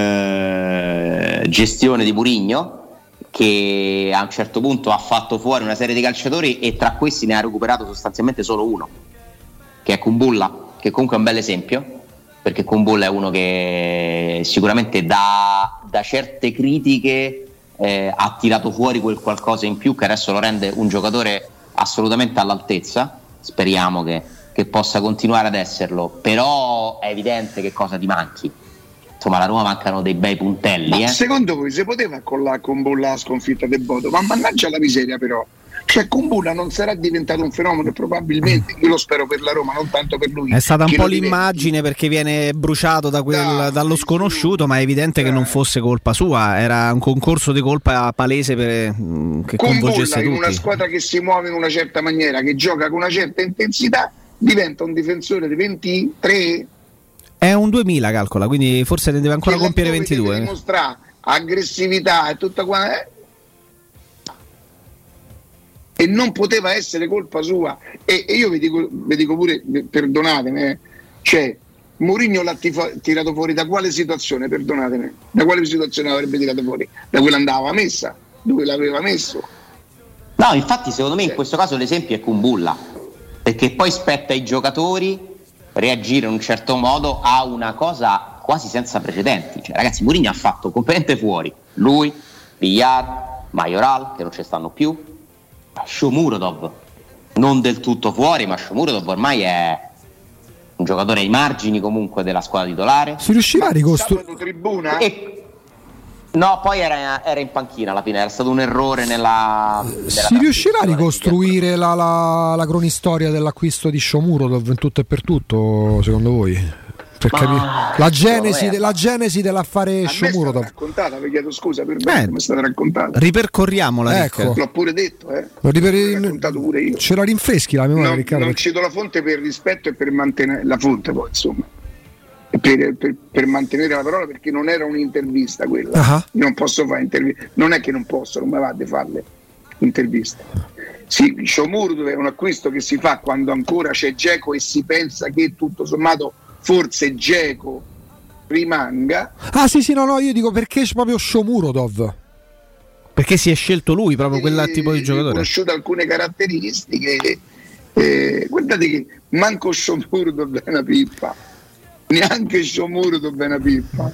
eh, gestione di Mourinho, che a un certo punto ha fatto fuori una serie di calciatori e tra questi ne ha recuperato sostanzialmente solo uno, che è Kumbulla, che comunque è un bel esempio, perché Kumbulla è uno che sicuramente da, da certe critiche Eh, ha tirato fuori quel qualcosa in più che adesso lo rende un giocatore assolutamente all'altezza. Speriamo che, che possa continuare ad esserlo, però è evidente che cosa ti manchi. Insomma, la Roma mancano dei bei puntelli. Eh? Secondo voi si poteva accollare con Bolla la sconfitta del Bodo? Ma mannaggia la miseria, però. Cioè Kumbulla non sarà diventato un fenomeno, probabilmente, io lo spero per la Roma, non tanto per lui. È stata un po' l'immagine, perché viene bruciato da quel, da, dallo sconosciuto, ma è evidente eh. che non fosse colpa sua, era un concorso di colpa palese per, che coinvolgesse tutti. In una squadra che si muove in una certa maniera, che gioca con una certa intensità, diventa un difensore di ventitré. È un duemila, calcola, quindi forse ne deve ancora che compiere ventidue. Deve dimostrare aggressività e tutta qua, eh? E non poteva essere colpa sua, e, e io vi dico, vi dico pure, perdonatemi, eh, cioè Mourinho l'ha tifo, tirato fuori da quale situazione, perdonatemi, da quale situazione l'avrebbe tirato fuori? Da quella andava messa, dove l'aveva messo? No, infatti secondo me in questo caso l'esempio è Kumbulla, perché poi spetta ai giocatori reagire in un certo modo a una cosa quasi senza precedenti. Cioè, ragazzi, Mourinho ha fatto completamente fuori lui, Villar, Majoral, che non ci stanno più, Shomurodov non del tutto fuori, ma Shomurodov ormai è un giocatore ai margini comunque della squadra titolare. Si riuscirà a ricostruire tribuna? E... no, poi era, era in panchina alla fine, era stato un errore nella, nella si riuscirà a ricostruire la, la, la cronistoria dell'acquisto di Shomurodov in tutto e per tutto, secondo voi? Per capire la genesi, de, la genesi dell'affare Shomurodov. Raccontata, vi chiedo scusa per me, come è stata raccontata. Ripercorriamola, ecco. L'ho pure detto, eh. L'ho riper... L'ho raccontato pure io. Ce la rinfreschi la memoria, no, Riccardo? Non cito la fonte per rispetto e per mantenere la fonte, poi insomma. Per, per, per mantenere la parola, perché non era un'intervista quella. Uh-huh. Io non posso fare interviste, non è che non posso, non mi va di farle interviste. Sì, Shomurodov è un acquisto che si fa quando ancora c'è Dzeko e si pensa che tutto sommato forse Dzeko rimanga. Ah sì sì no no io dico perché c'è proprio Shomurodov, perché si è scelto lui proprio e, quel tipo di giocatore. Ho conosciuto alcune caratteristiche, eh, guardate che manco Shomurodov è una pippa, neanche Shomurodov è una pippa.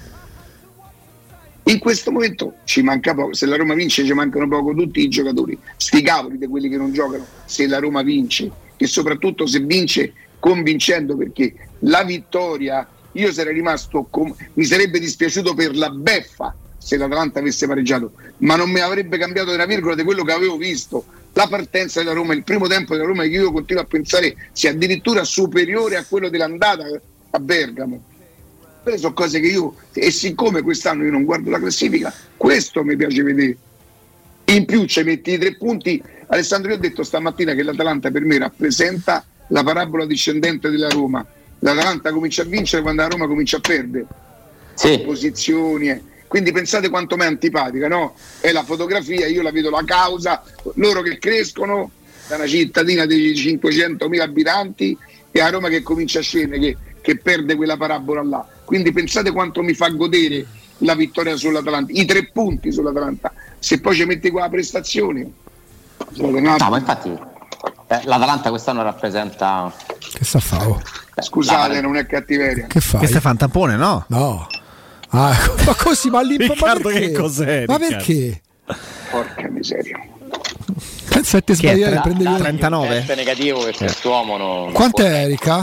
In questo momento ci manca poco, se la Roma vince ci mancano poco tutti i giocatori, sti cavoli di quelli che non giocano, se la Roma vince, e soprattutto se vince convincendo, perché la vittoria, io sarei rimasto com- mi sarebbe dispiaciuto per la beffa se l'Atalanta avesse pareggiato, ma non mi avrebbe cambiato una virgola di quello che avevo visto. La partenza della Roma, il primo tempo della Roma, che io continuo a pensare sia addirittura superiore a quello dell'andata a Bergamo, quelle sono cose che io, e siccome quest'anno io non guardo la classifica, questo mi piace vedere. In più ci metti i tre punti. Alessandro, io ho detto stamattina che l'Atalanta per me rappresenta la parabola discendente della Roma. L'Atalanta comincia a vincere quando la Roma comincia a perdere. Sì. Posizioni, eh. Quindi pensate quanto mi è antipatica, no? È la fotografia, io la vedo la causa, loro che crescono da una cittadina di cinquecentomila abitanti e a Roma che comincia a scendere, che, che perde quella parabola là. Quindi pensate quanto mi fa godere la vittoria sull'Atalanta, i tre punti sull'Atalanta. Se poi ci metti qua la prestazione, no, ma infatti eh, l'Atalanta quest'anno rappresenta. Che sta a fare? Scusate, la... non è cattiveria. Che fai? Che stai fa un tampone, no? No. Ah, ma così, ma lì Riccardo, ma perché? che cos'è? Ma Riccardo? perché? Porca miseria. Pensa a te Chi è? sbagliare, Da- prendevi da- un- trentanove? È negativo che quest'uomo non. Quant'è, Erika?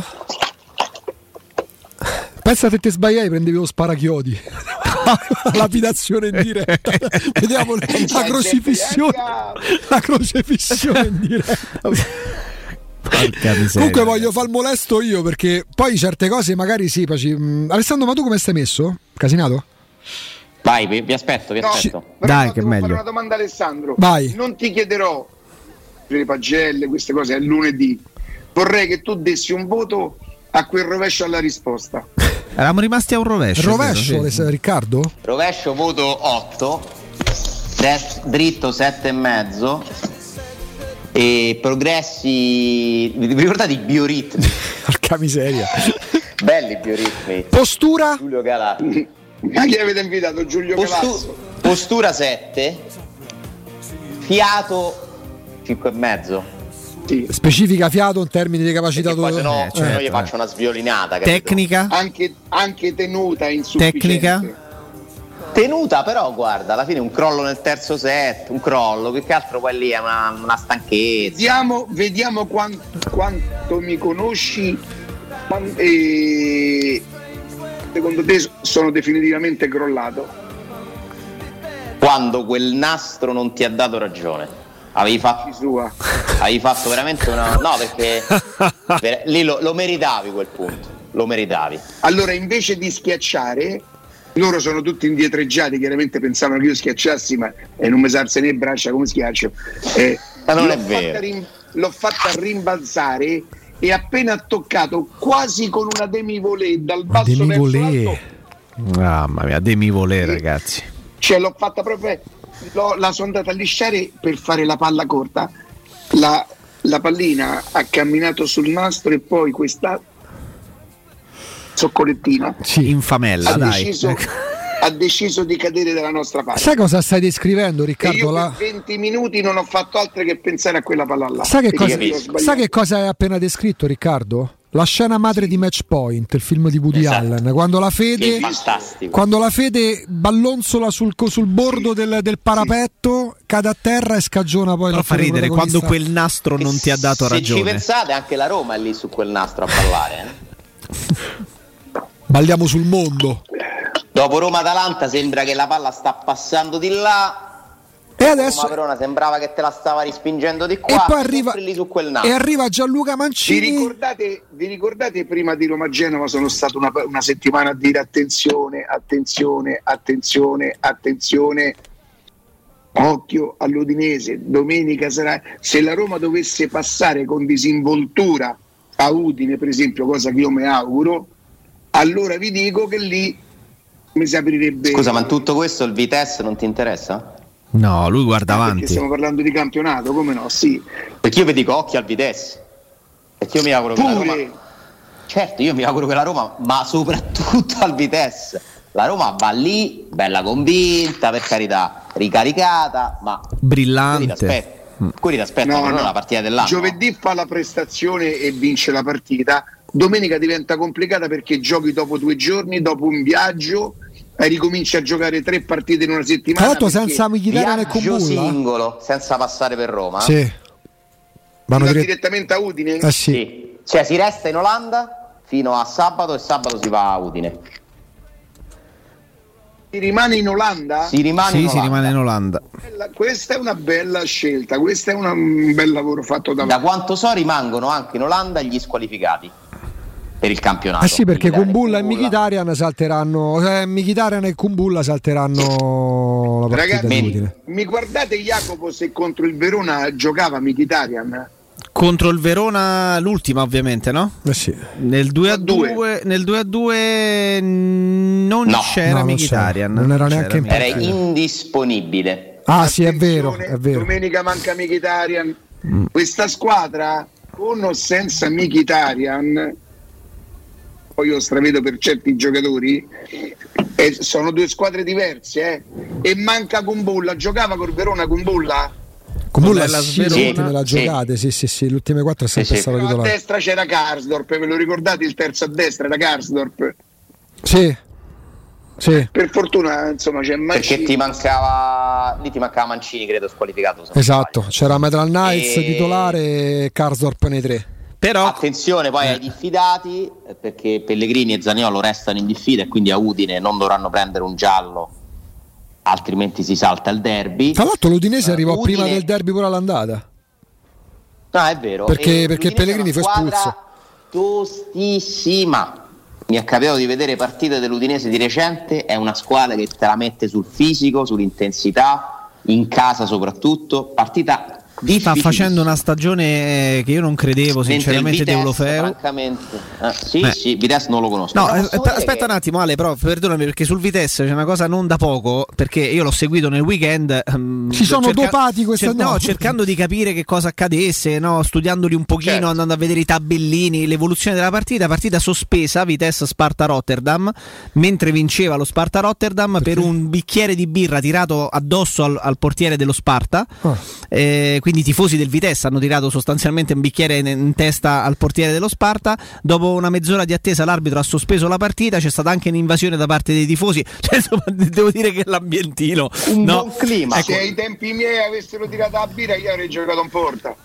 Pensa a te sbagliare, prendevi lo sparachiodi. Lapidazione in diretta. Vediamo la crocifissione. La crocifissione in diretta. Comunque voglio far molesto io, perché poi certe cose magari sì. Paci... Mm, Alessandro, ma tu come stai messo? Casinato? Vai, vi, vi aspetto, vi No, aspetto. però Dai, no, che devo meglio. fare una domanda, Alessandro. Vai. Non ti chiederò le pagelle, queste cose, è lunedì. Vorrei che tu dessi un voto a quel rovescio alla risposta. Eravamo rimasti a un rovescio. Rovescio, vero? Sì. le- Riccardo? Rovescio voto otto, des- dritto sette e mezzo e progressi. Vi vi ricordate i bioritmi? Porca miseria. Belli bioritmi. Postura? Giulio Galà. Ma chi avete invitato? Giulio Postu- Cavazzo? postura sette, fiato cinque e mezzo. Sì. Specifica fiato in termini di capacità. Perché poi to- se no, eh, se no certo, gli faccio eh. una sviolinata. capito? Tecnica? Anche, anche tenuta insufficiente. Tecnica? Tenuta, però guarda, alla fine un crollo nel terzo set, un crollo, più che altro poi lì è una, una stanchezza. Vediamo, vediamo quanto, quanto mi conosci quan- e secondo te sono definitivamente crollato. Quando quel nastro non ti ha dato ragione. Avevi fatto, Sua. avevi fatto veramente una. No, perché per- lì lo, lo meritavi quel punto. Lo meritavi. Allora, invece di schiacciare, loro sono tutti indietreggiati, chiaramente pensavano che io schiacciassi, ma eh, non mi salse né braccia come schiaccio. Eh, Ma non l'ho è vero. fatta rim- l'ho fatta rimbalzare e appena toccato quasi con una demi-volée dal basso verso Demi-volée. l'alto, Mamma mia, demi-volée, ragazzi. cioè l'ho fatta proprio, l'ho- la sono andata a lisciare per fare la palla corta. La, la pallina ha camminato sul nastro e poi questa zoccolettina Sì. Infamella, ha dai. deciso, ha deciso di cadere dalla nostra parte. Sai cosa stai descrivendo, E Riccardo? io La- per venti minuti non ho fatto altro che pensare a quella palla là. Sai, che E cosa... io ho sbagliato. Sai che cosa hai appena descritto, Riccardo? La scena madre di Match Point, il film di Woody Esatto. Allen, quando la Sì, Fede, fantastico. quando la Fede ballonzola sul, co- sul bordo del, del parapetto, cade a terra e scagiona poi Però la fa ridere quando quel nastro non ti ha dato Se ragione. ci pensate, anche la Roma è lì su quel nastro a ballare. eh. Balliamo sul mondo. Dopo Roma-Atalanta sembra che la palla sta passando di là. E adesso Roma-Verona sembrava che te la stava rispingendo di qua. e poi arriva, sempre lì su quel e nastro. arriva Gianluca Vi Mancini. ricordate, vi ricordate prima di Roma-Genova sono stato una, una settimana a dire attenzione, attenzione, attenzione, attenzione, occhio all'Udinese, domenica sarà, se la Roma dovesse passare con disinvoltura a Udine per esempio, cosa che io mi auguro, allora vi dico che lì mi si aprirebbe. Scusa, ma in tutto questo il Vitesse non ti interessa? No, lui guarda Perché avanti. stiamo parlando di campionato, come no? Sì. Perché io vi dico occhio al Vitesse. Perché io mi auguro che la Roma. Pure Certo, io mi auguro che la Roma, ma soprattutto al Vitesse. La Roma va lì, bella convinta, per carità, ricaricata, ma Brillante. quelli ti aspettano, quelli ti aspettano non la partita dell'anno. Giovedì fa la prestazione e vince la partita. Domenica diventa complicata perché giochi dopo due giorni, dopo un viaggio, e ricominci a giocare tre partite in una settimana. Tra l'altro perché senza Mkhitaryan e Viaggio Kumbulla. singolo, senza passare per Roma. Sì. Vanno va dire- direttamente a Udine. eh sì. Sì. Cioè si resta in Olanda fino a sabato e sabato si va a Udine. Si rimane in Olanda? Si rimane Sì, in si Olanda. rimane in Olanda. Bella- Questa è una bella scelta, questo è una- un bel lavoro fatto da Da quanto so rimangono anche in Olanda gli squalificati. per il campionato. Eh sì, perché Kumbulla Kumbulla e Mkhitaryan salteranno, eh, Mkhitaryan e Kumbulla salteranno la partita. Ragazzi, di mi, mi guardate Jacopo se contro il Verona giocava Mkhitaryan? Contro il Verona l'ultima ovviamente, no? Eh sì. Nel due a due nel due a due non No. c'era No, non Mkhitaryan. c'era. Non era neanche in Era partita. indisponibile. Ah sì, è vero, Attenzione, è vero. Domenica manca Mkhitaryan. Mm. Questa squadra con o senza Mkhitaryan, poi io stravedo per certi giocatori, eh, sono due squadre diverse, eh. E manca Kumbulla. Giocava col Verona Kumbulla? Kumbulla la sì, Sverona? l'ultima la Sì. giocate, sì sì sì, le ultime quattro è sempre Sì, sì. stato Però a titolare. destra c'era Karsdorp, ve lo ricordate il terzo a destra era Karsdorp? Sì. Sì. Per fortuna insomma c'è Mancini. Perché ti mancava lì ti mancava Mancini, credo, squalificato. se non Esatto, sbaglio. c'era Metal Knights E- titolare e Karsdorp nei tre. Però Attenzione poi ai diffidati, eh, perché Pellegrini e Zaniolo restano in diffida e quindi a Udine non dovranno prendere un giallo, altrimenti si salta il derby. Tra l'altro l'Udinese Eh, arrivò Udine- prima del derby pure all'andata. No, è vero. Perché- E perché l'Udinese Pellegrini è una fu squadra espulso. tostissima. Mi è capitato di vedere partite dell'Udinese di recente, è una squadra che te la mette sul fisico, sull'intensità, in casa soprattutto, partita sta difficilissima. facendo una stagione che io non credevo sinceramente di Mentre il Deulofeu. Vitesse, francamente, eh, sì, Beh. sì, Vitesse non lo conosco. No, Però eh, posso aspetta dire che- un attimo Ale, però perdonami perché sul Vitesse c'è una cosa non da poco, perché io l'ho seguito nel weekend. ehm, Si sono cerca- dopati questa cer- no, no. cercando di capire che cosa accadesse, no, studiandoli un pochino, Certo. andando a vedere i tabellini, l'evoluzione della partita, partita sospesa, Vitesse Sparta Rotterdam, mentre vinceva lo Sparta Rotterdam per un bicchiere di birra tirato addosso al, al portiere dello Sparta. Ah. Eh, quindi i tifosi del Vitesse hanno tirato sostanzialmente un bicchiere in, in testa al portiere dello Sparta. Dopo una mezz'ora di attesa l'arbitro ha sospeso la partita, c'è stata anche un'invasione da parte dei tifosi, cioè, insomma, devo dire che l'ambientino un no, buon clima. Se ai tempi miei avessero tirato la birra io avrei giocato in porta.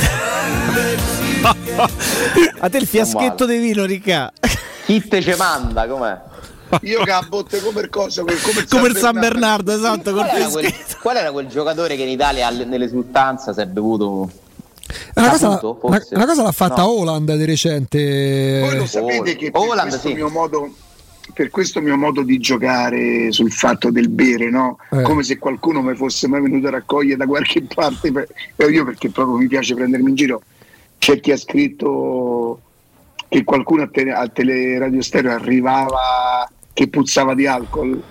a te il fiaschetto di vino, Ricca. Chi te ce manda, com'è? Io che a botte come il coso, come il Come il San Bernardo, esatto, col Qual era, quel, fiaschetto. qual era quel giocatore che in Italia all- nell'esultanza si è bevuto? Una cosa, Saputo, una, forse? una cosa l'ha fatta No. Holland di recente. Voi lo sapete che per Holland, questo, sì. mio modo, per questo mio modo di giocare sul fatto del bere, no? Eh. Come se qualcuno mi fosse mai venuto a raccogliere da qualche parte, per- eh, io perché proprio mi piace prendermi in giro. C'è chi ha scritto che qualcuno a, te- a Teleradio Stereo arrivava che puzzava di alcol.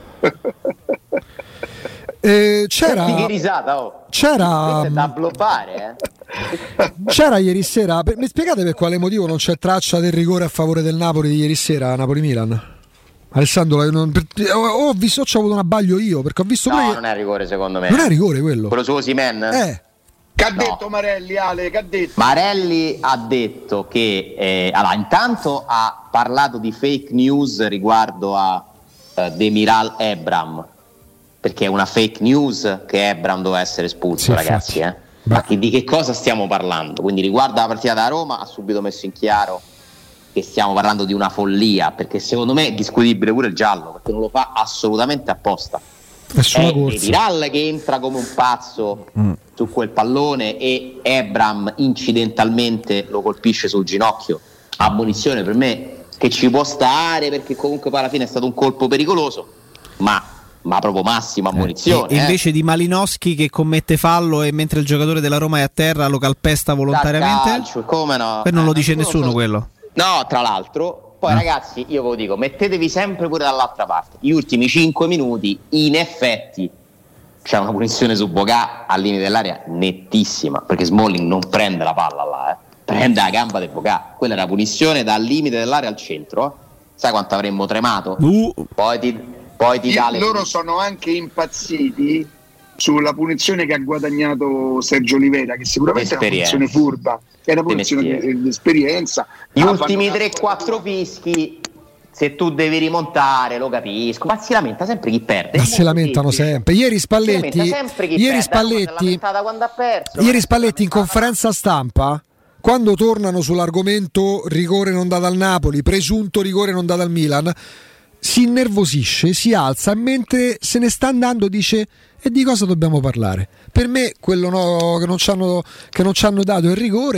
Eh, Senti che c'era, risata, oh. c'era, Questo è da bloppare, eh. c'era ieri sera. per- Mi spiegate per quale motivo non c'è traccia del rigore a favore del Napoli di ieri sera, Napoli-Milan? Alessandro, non- per- ho, ho visto, ho avuto un abbaglio io perché ho visto pure No, che- non è rigore secondo me. non è rigore quello. Quello su Osimhen? Eh, Che ha No. detto Marelli, Ale? Che ha detto? Marelli ha detto che eh, allora, intanto ha parlato di fake news riguardo a eh, Demiral Ebram, perché è una fake news che Ebram doveva essere espulso, Sì, ragazzi. infatti. Eh? Beh. Ma che- di che cosa stiamo parlando? Quindi riguardo alla partita da Roma ha subito messo in chiaro che stiamo parlando di una follia, perché secondo me è discutibile pure il giallo, perché non lo fa assolutamente apposta. è sulla È corsa. Demiral che entra come un pazzo Mm. su quel pallone e Ebram incidentalmente lo colpisce sul ginocchio. Ammonizione per me che ci può stare, perché comunque poi alla fine è stato un colpo pericoloso, ma, ma proprio massima ammonizione. E eh. invece di Malinowski che commette fallo e mentre il giocatore della Roma è a terra lo calpesta Da volontariamente. calcio, come no? Poi non lo Eh, dice so- nessuno quello. No, tra l'altro, poi Eh. ragazzi, io ve lo dico, mettetevi sempre pure dall'altra parte. Gli ultimi cinque minuti, in effetti, c'è una punizione su Bocà al limite dell'area nettissima, perché Smalling non prende la palla là, eh. prende la gamba del Bocà. Quella è una punizione dal limite dell'area al centro. eh. Sai quanto avremmo tremato? Uh, Poi ti, poi ti dà le Loro sono anche impazziti sulla punizione che ha guadagnato Sergio Oliveira, che sicuramente è una Esperienza. punizione furba, è una Di punizione mestiere. di, di esperienza. Gli Ah, ultimi fanno- tre quattro fischi, se tu devi rimontare, lo capisco, ma si lamenta sempre chi perde. Ma È si molto lamentano semplice. sempre. Ieri Si lamenta Spalletti, sempre chi ieri perde. La Roma si è Spalletti, lamentata quando ha perso. ieri Spalletti in conferenza stampa, quando tornano sull'argomento rigore non dato al Napoli, presunto rigore non dato al Milan, si innervosisce, si alza e mentre se ne sta andando dice: e di cosa dobbiamo parlare? Per me quello no, che non ci hanno, che non ci hanno dato il rigore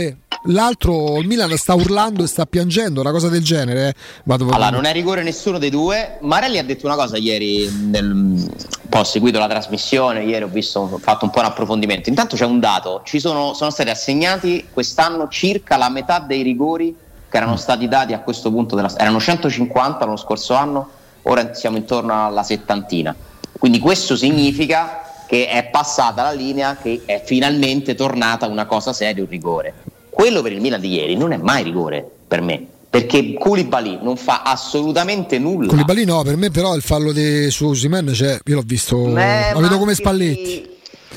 l'altro, il Milan sta urlando e sta piangendo, una cosa del genere. Eh. Vado, vado. Allora, non è rigore nessuno dei due. Marelli ha detto una cosa ieri, nel... poi ho seguito la trasmissione, ieri ho visto, ho fatto un po' un approfondimento. Intanto c'è un dato, ci sono, sono stati assegnati quest'anno circa la metà dei rigori che erano stati dati a questo punto della... erano centocinquanta l'anno scorso anno, ora siamo intorno alla settantina. Quindi questo significa che è passata la linea, che è finalmente tornata una cosa seria, un rigore. Quello per il Milan di ieri non è mai rigore per me, perché Koulibaly non fa assolutamente nulla. Koulibaly no, per me però il fallo di su Osimhen, cioè, io l'ho visto, eh, lo vedo come Spalletti.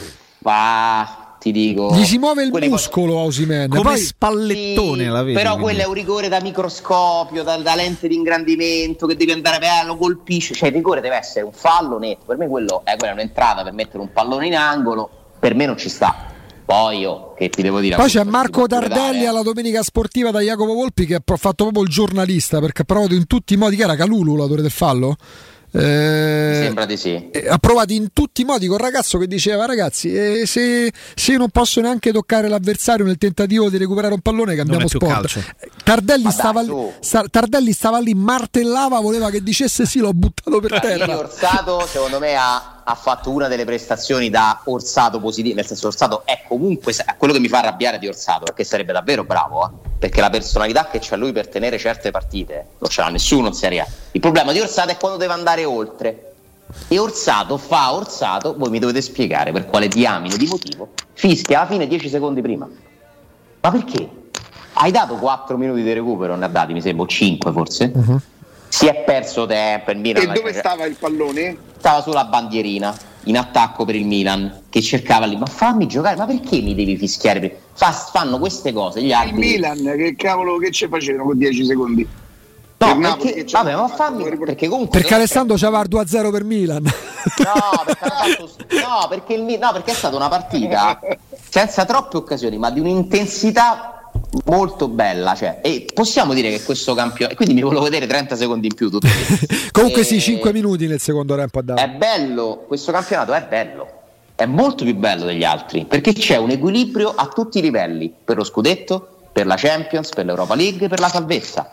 Va, ti dico, gli si muove il muscolo a Osimhen, come poi... Spallettone sì, la vedi, però quindi. quello è un rigore da microscopio, da, da lente di ingrandimento, che devi andare a lo colpisce, cioè il rigore deve essere un fallo netto. Per me quello è, quella è un'entrata per mettere un pallone in angolo, per me non ci sta. Poi io che ti devo dire, poi c'è Marco Tardelli alla Domenica Sportiva da Jacopo Volpi, che ha fatto proprio il giornalista, perché ha provato in tutti i modi, che era Calulu l'autore del fallo? Eh, Mi sembra di sì. Ha provato in tutti i modi col ragazzo che diceva: ragazzi, eh, se, se io non posso neanche toccare l'avversario nel tentativo di recuperare un pallone, cambiamo sport. Tardelli stava, dai, lì, sta, Tardelli stava lì, martellava, voleva che dicesse sì, l'ho buttato per terra. Ieri Orsato secondo me ha, ha fatto una delle prestazioni da Orsato positive, nel senso Orsato è comunque quello che mi fa arrabbiare di Orsato, perché sarebbe davvero bravo, eh? Perché la personalità che c'ha lui per tenere certe partite non ce l'ha nessuno in Serie A. Il problema di Orsato è quando deve andare oltre, e Orsato fa Orsato, voi mi dovete spiegare per quale diamine di motivo fischia alla fine dieci secondi prima. Ma perché? Hai dato quattro minuti di recupero, ne ha dati mi sembra cinque forse. Uh-huh. Si è perso tempo il Milan. E dove stava il pallone? Stava sulla bandierina in attacco per il Milan, che cercava lì, ma fammi giocare, ma perché mi devi fischiare? Fa, fanno queste cose gli altri. Il Milan, che cavolo, che ci facevano con dieci secondi? No, per perché, vabbè, ma fammi, perché comunque perché Alessandro c'aveva il due a zero per Milan. No, perché, fatto, no, perché il, no, perché è stata una partita senza troppe occasioni, ma di un'intensità molto bella, cioè, e possiamo dire che questo campione, quindi mi volevo vedere trenta secondi in più tutto. Comunque e... sì, cinque minuti nel secondo tempo a dare. È bello, questo campionato è bello, è molto più bello degli altri, perché c'è un equilibrio a tutti i livelli, per lo scudetto, per la Champions, per l'Europa League, per la salvezza.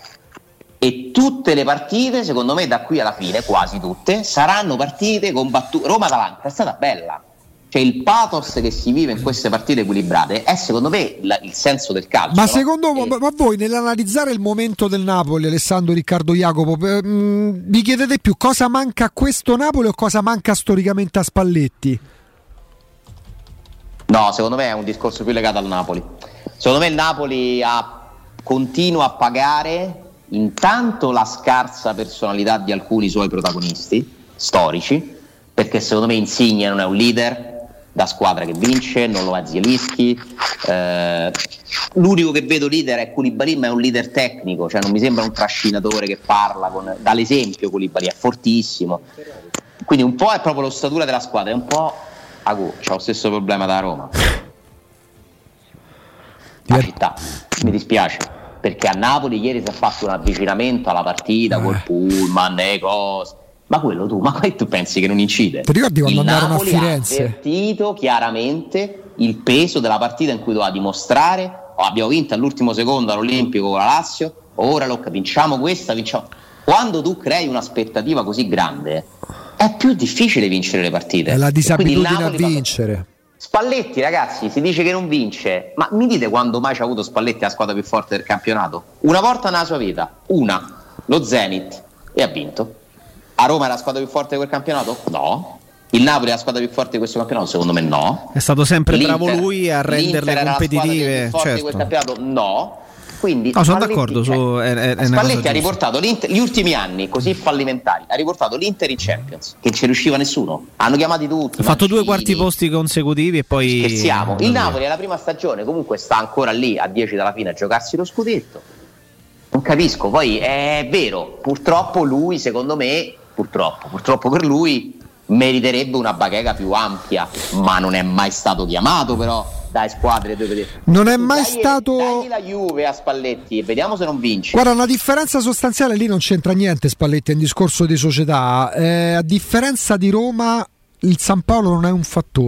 E tutte le partite, secondo me, da qui alla fine, quasi tutte, saranno partite combattute. Roma-Atalanta è stata bella. Cioè il pathos che si vive in queste partite equilibrate è secondo me la, il senso del calcio. Ma no? secondo e... ma voi nell'analizzare il momento del Napoli, Alessandro, Riccardo, Jacopo, mh, vi chiedete più cosa manca a questo Napoli o cosa manca storicamente a Spalletti? No, secondo me è un discorso più legato al Napoli. Secondo me il Napoli ha, continua a pagare intanto la scarsa personalità di alcuni suoi protagonisti storici, perché secondo me Insigne non è un leader da squadra che vince, non lo è Zielinski, eh, l'unico che vedo leader è Koulibaly, ma è un leader tecnico, cioè non mi sembra un trascinatore che parla con, dall'esempio. Koulibaly è fortissimo, quindi un po' è proprio l'ossatura della squadra, è un po' Agu, c'ha lo stesso problema da Roma, la città, mi dispiace, perché a Napoli ieri si è fatto un avvicinamento alla partita col pullman e cose. Ma quello tu, ma tu pensi che non incide? Ti ricordi quando il andarono Napoli a Firenze? Ha avvertito chiaramente il peso della partita in cui doveva dimostrare: oh, abbiamo vinto all'ultimo secondo all'Olimpico con la Lazio, ora lo vinciamo questa, vinciamo. Quando tu crei un'aspettativa così grande è più difficile vincere le partite. È la disabitudine a Napoli vincere. fa... Spalletti, ragazzi, si dice che non vince, ma mi dite quando mai ci ha avuto Spalletti la squadra più forte del campionato? Una volta nella sua vita, una, lo Zenit, e ha vinto. A Roma è la squadra più forte di quel campionato? No. Il Napoli è la squadra più forte di questo campionato? Secondo me no. È stato sempre L'Inter, bravo lui a renderle competitive. Più forte certo. di quel campionato? No. Quindi no, sono Spalletti, d'accordo. cioè, Su, è, è Spalletti ha riportato l'Inter, gli ultimi anni così fallimentari, ha riportato l'Inter in Champions, che non ci riusciva nessuno. Hanno chiamati tutti. Ha fatto due quarti posti consecutivi e poi. Scherziamo. Il Napoli è la prima stagione, comunque sta ancora lì a dieci dalla fine a giocarsi lo scudetto. Non capisco. Poi è vero, purtroppo lui, secondo me, purtroppo, purtroppo per lui, meriterebbe una bacheca più ampia, ma non è mai stato chiamato, però. Dai squadre dove... non è mai dai, stato dai la Juve a Spalletti e vediamo se non vince. Guarda, una differenza sostanziale lì non c'entra niente. Spalletti è un discorso di società, eh, a differenza di Roma il San Paolo non è un fattore,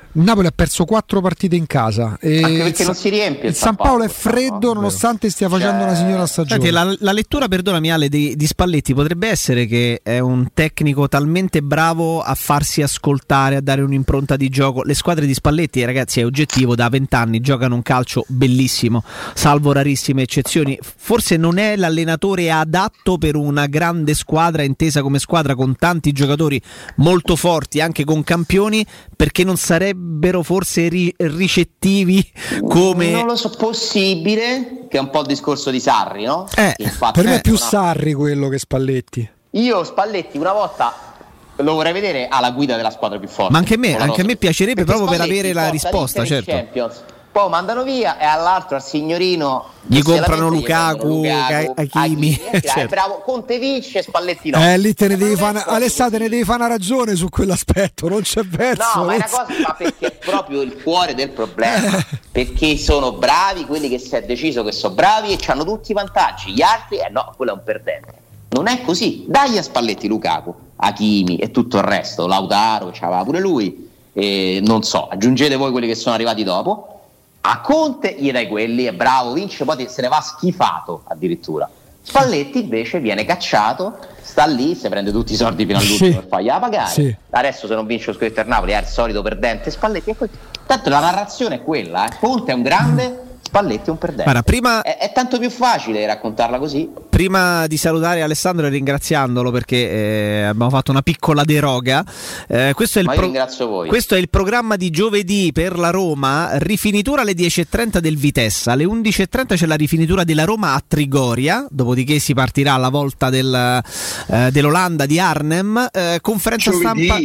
Il Napoli ha perso quattro partite in casa e anche perché non si riempie il San Paolo è freddo, no? Nonostante stia facendo cioè... una signora stagione. Senti, la, la lettura, perdonami Ale, di, di Spalletti potrebbe essere che è un tecnico talmente bravo a farsi ascoltare, a dare un'impronta di gioco. Le squadre di Spalletti, ragazzi, è oggettivo, da vent'anni giocano un calcio bellissimo, salvo rarissime eccezioni. Forse non è l'allenatore adatto per una grande squadra, intesa come squadra con tanti giocatori molto forti, anche con campioni, perché non sarebbe forse ri- ricettivi come non lo so, possibile, che è un po' il discorso di Sarri, no? Eh, infatti, per me è più una... Sarri quello che Spalletti. Io Spalletti una volta lo vorrei vedere alla guida della squadra più forte. Ma anche a me, anche a me piacerebbe, perché proprio Spalletti per avere la risposta, certo. Champions, poi mandano via e all'altro al signorino gli comprano Lukaku, Hakimi, certo. Bravo, Conte vince, Spalletti no. Eh, lì te ne devi fare, Alessandro, te ne devi fare una ragione su quell'aspetto, non c'è verso. No, ma è una cosa, ma perché è proprio il cuore del problema. Perché sono bravi quelli che si è deciso che sono bravi e hanno tutti i vantaggi, gli altri, eh no, quello è un perdente. Non è così. Dai a Spalletti Lukaku, Hakimi e tutto il resto, Lautaro, ce l'aveva pure lui, e non so, aggiungete voi quelli che sono arrivati dopo. A Conte gli dai quelli, è bravo, vince, poi se ne va schifato addirittura. Spalletti invece viene cacciato, sta lì, si prende tutti i soldi fino all'ultimo sì. per fargliela pagare. Sì. Adesso se non vince lo scudetto del Napoli è il solito perdente Spalletti. E tanto la narrazione è quella, eh. Conte è un grande, Spalletti è un perdente. Guarda, prima... è, è tanto più facile raccontarla così. Prima di salutare Alessandro e ringraziandolo perché eh, abbiamo fatto una piccola deroga, eh, questo, è il Ma io pro- ringrazio voi. questo è il programma di giovedì per la Roma, rifinitura alle dieci e trenta del Vitesse, alle undici e trenta c'è la rifinitura della Roma a Trigoria, dopodiché si partirà alla volta del, eh, dell'Olanda di Arnhem, eh, conferenza giovedì. stampa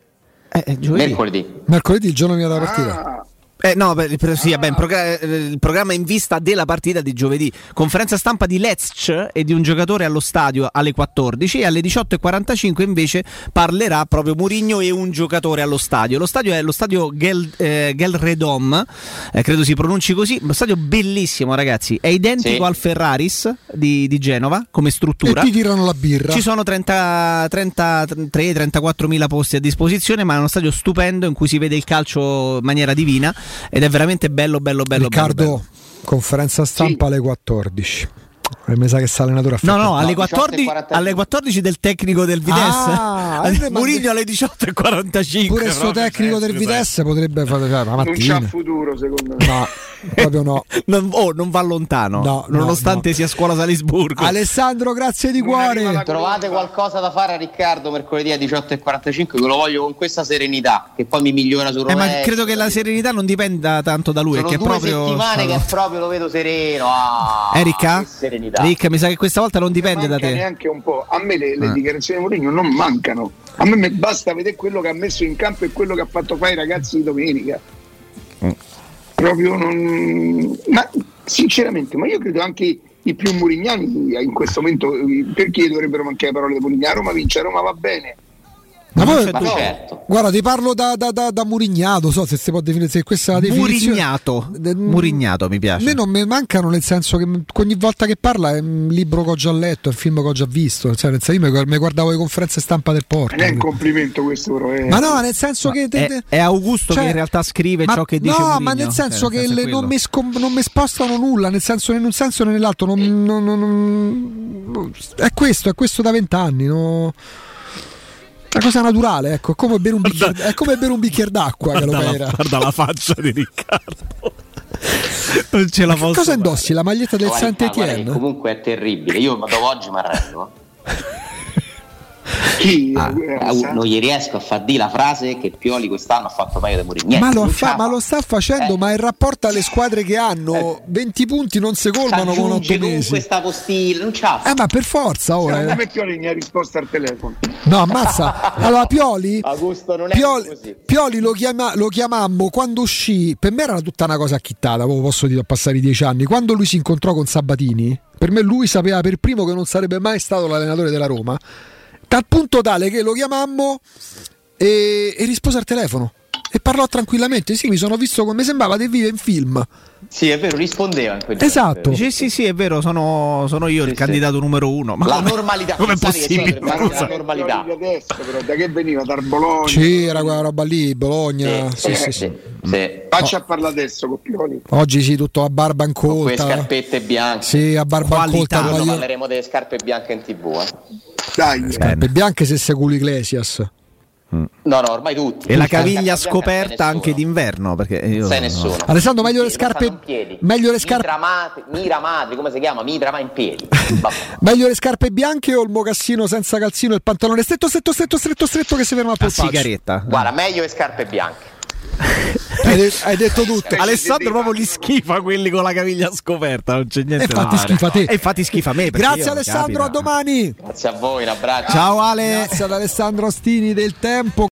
eh, eh, giovedì. Mercoledì. Mercoledì, il giorno mia della partita. Ah. Eh, no, beh, sì, vabbè, il, progra- il programma in vista della partita di giovedì. Conferenza stampa di Lecce e di un giocatore allo stadio alle quattordici, e alle diciotto e quarantacinque invece parlerà proprio Mourinho e un giocatore allo stadio. Lo stadio è lo stadio Gel, eh, Gelredom, eh, credo si pronunci così. Uno stadio bellissimo, ragazzi. È identico sì. al Ferraris di, di Genova come struttura. E ti tirano la birra. Ci sono trenta, trentatré trentaquattro mila posti a disposizione, ma è uno stadio stupendo in cui si vede il calcio in maniera divina. Ed è veramente bello, bello, bello. Riccardo, bello, bello. Conferenza stampa sì. alle quattordici. Mi sa che sta allenatore a no, no, alle quattordici, alle quattordici del tecnico del Vitesse. Ah, Mourinho alle diciotto e quarantacinque. Pure sto tecnico del Vitesse potrebbe fare la mattina. Non c'ha futuro, secondo me. No, proprio no. non, oh, non va lontano, no, nonostante no, no. sia a scuola Salisburgo. Alessandro, grazie di cuore. Trovate qualcosa da fare a Riccardo mercoledì alle diciotto e quarantacinque, che lo voglio con questa serenità, che poi mi migliora sul rovescio. Eh, ma credo che la serenità non dipenda tanto da lui. Sono che due proprio settimane che proprio lo vedo sereno. Ah, Erika? Ricca, mi sa che questa volta non dipende da te. Neanche un po'. A me le, le ah. dichiarazioni di Mourinho non mancano. A me basta vedere quello che ha messo in campo e quello che ha fatto fare ai ragazzi di domenica. Mm. Proprio non. Ma sinceramente, ma io credo anche i più murignani in questo momento, perché dovrebbero mancare le parole di Mourinho? A Roma vince, a Roma va bene. Ma poi, ma certo. Guarda, ti parlo da, da, da, da Murignato, so se si può definire se questa la definizione. Murignato, Murignato mi piace. A me non mi mancano, nel senso che ogni volta che parla è un libro che ho già letto, è un film che ho già visto. Cioè, nel senso, io mi guardavo le conferenze stampa del Porto. Non è un complimento questo, però. È... Ma no, nel senso ma che. È, è Augusto cioè, che in realtà scrive ma, ciò che dice. No, Mourinho. ma nel senso cioè, che nel le, senso non, mi scom- non mi spostano nulla, nel senso né in un senso né nell'altro. Non, non, non, non, è questo, è questo da vent'anni. No? Una cosa naturale, ecco, è come bere un bicchiere, è come bere un bicchiere d'acqua. Guarda, che lo la, guarda la faccia di Riccardo. Non ce la posso. Cosa indossi? La maglietta del Saint-Étienne? Comunque è terribile. Io dopo oggi mi arrendo. Chi? Ah, non gli riesco a far dire la frase che Pioli quest'anno ha fatto meglio di Mourinho. Ma, lo fa, ma lo sta facendo, eh. ma in rapporto alle squadre che hanno eh. venti punti non si colmano con otto mesi. Questa postilla non c'ha. Eh, ma per forza ora. Secondo me Pioli mi ha risposto al telefono. No, ammazza. Allora Pioli Augusto non è Pioli, così. Pioli lo, chiama, lo chiamammo quando uscì. Per me era tutta una cosa acchittata, posso dire, a passare i dieci anni. Quando lui si incontrò con Sabatini, per me lui sapeva per primo che non sarebbe mai stato l'allenatore della Roma. Tal punto tale che lo chiamammo e, e rispose al telefono. E parlò tranquillamente, sì, mi sono visto come sembrava di vivere in film. Sì, è vero, rispondeva in quel Esatto. Dice, sì, sì, è vero, sono, sono io Sì, il sì. candidato numero uno. Ma la come- normalità. Com'è pensate che sono possibile? arrivati Scusa. alla normalità. Adesso, però, da che veniva? Dal Bologna? Sì, era quella roba lì, Bologna. Sì, Sì, sì, sì, sì. sì. Faccia a parlare adesso, Coppioli. Oggi sì, tutto a barba in Con quelle colta. scarpette bianche. Sì, a barba in Qualità. colta. Un giorno maglione- parleremo delle scarpe bianche in tv. Eh. Dai, Scarpe bianche se seguli Iglesias. No, no, ormai tutti. E la Tutti, caviglia scarpe bianche scoperta non anche c'è nessuno. d'inverno. Perché io, Non c'è nessuno. Alessandro, meglio le In piedi, scarpe. stanno in piedi. Meglio le scarpe. Mitra madri, Mira madri, come si chiama? Mitra ma in piedi. Vabbè. Meglio le scarpe bianche o il mocassino senza calzino e il pantalone stretto, stretto, stretto, stretto, stretto che si ferma al a polpaccio? sigaretta. Guarda, meglio le scarpe bianche. Hai, de- hai detto tutto. Alessandro proprio li schifa quelli con la caviglia scoperta, non c'è niente E da infatti fare. schifa te. E infatti schifa me. perché Grazie io, Alessandro, capita. a domani. Grazie a voi, un abbraccio. Ciao Ale. Grazie ad Alessandro Ostini del Tempo.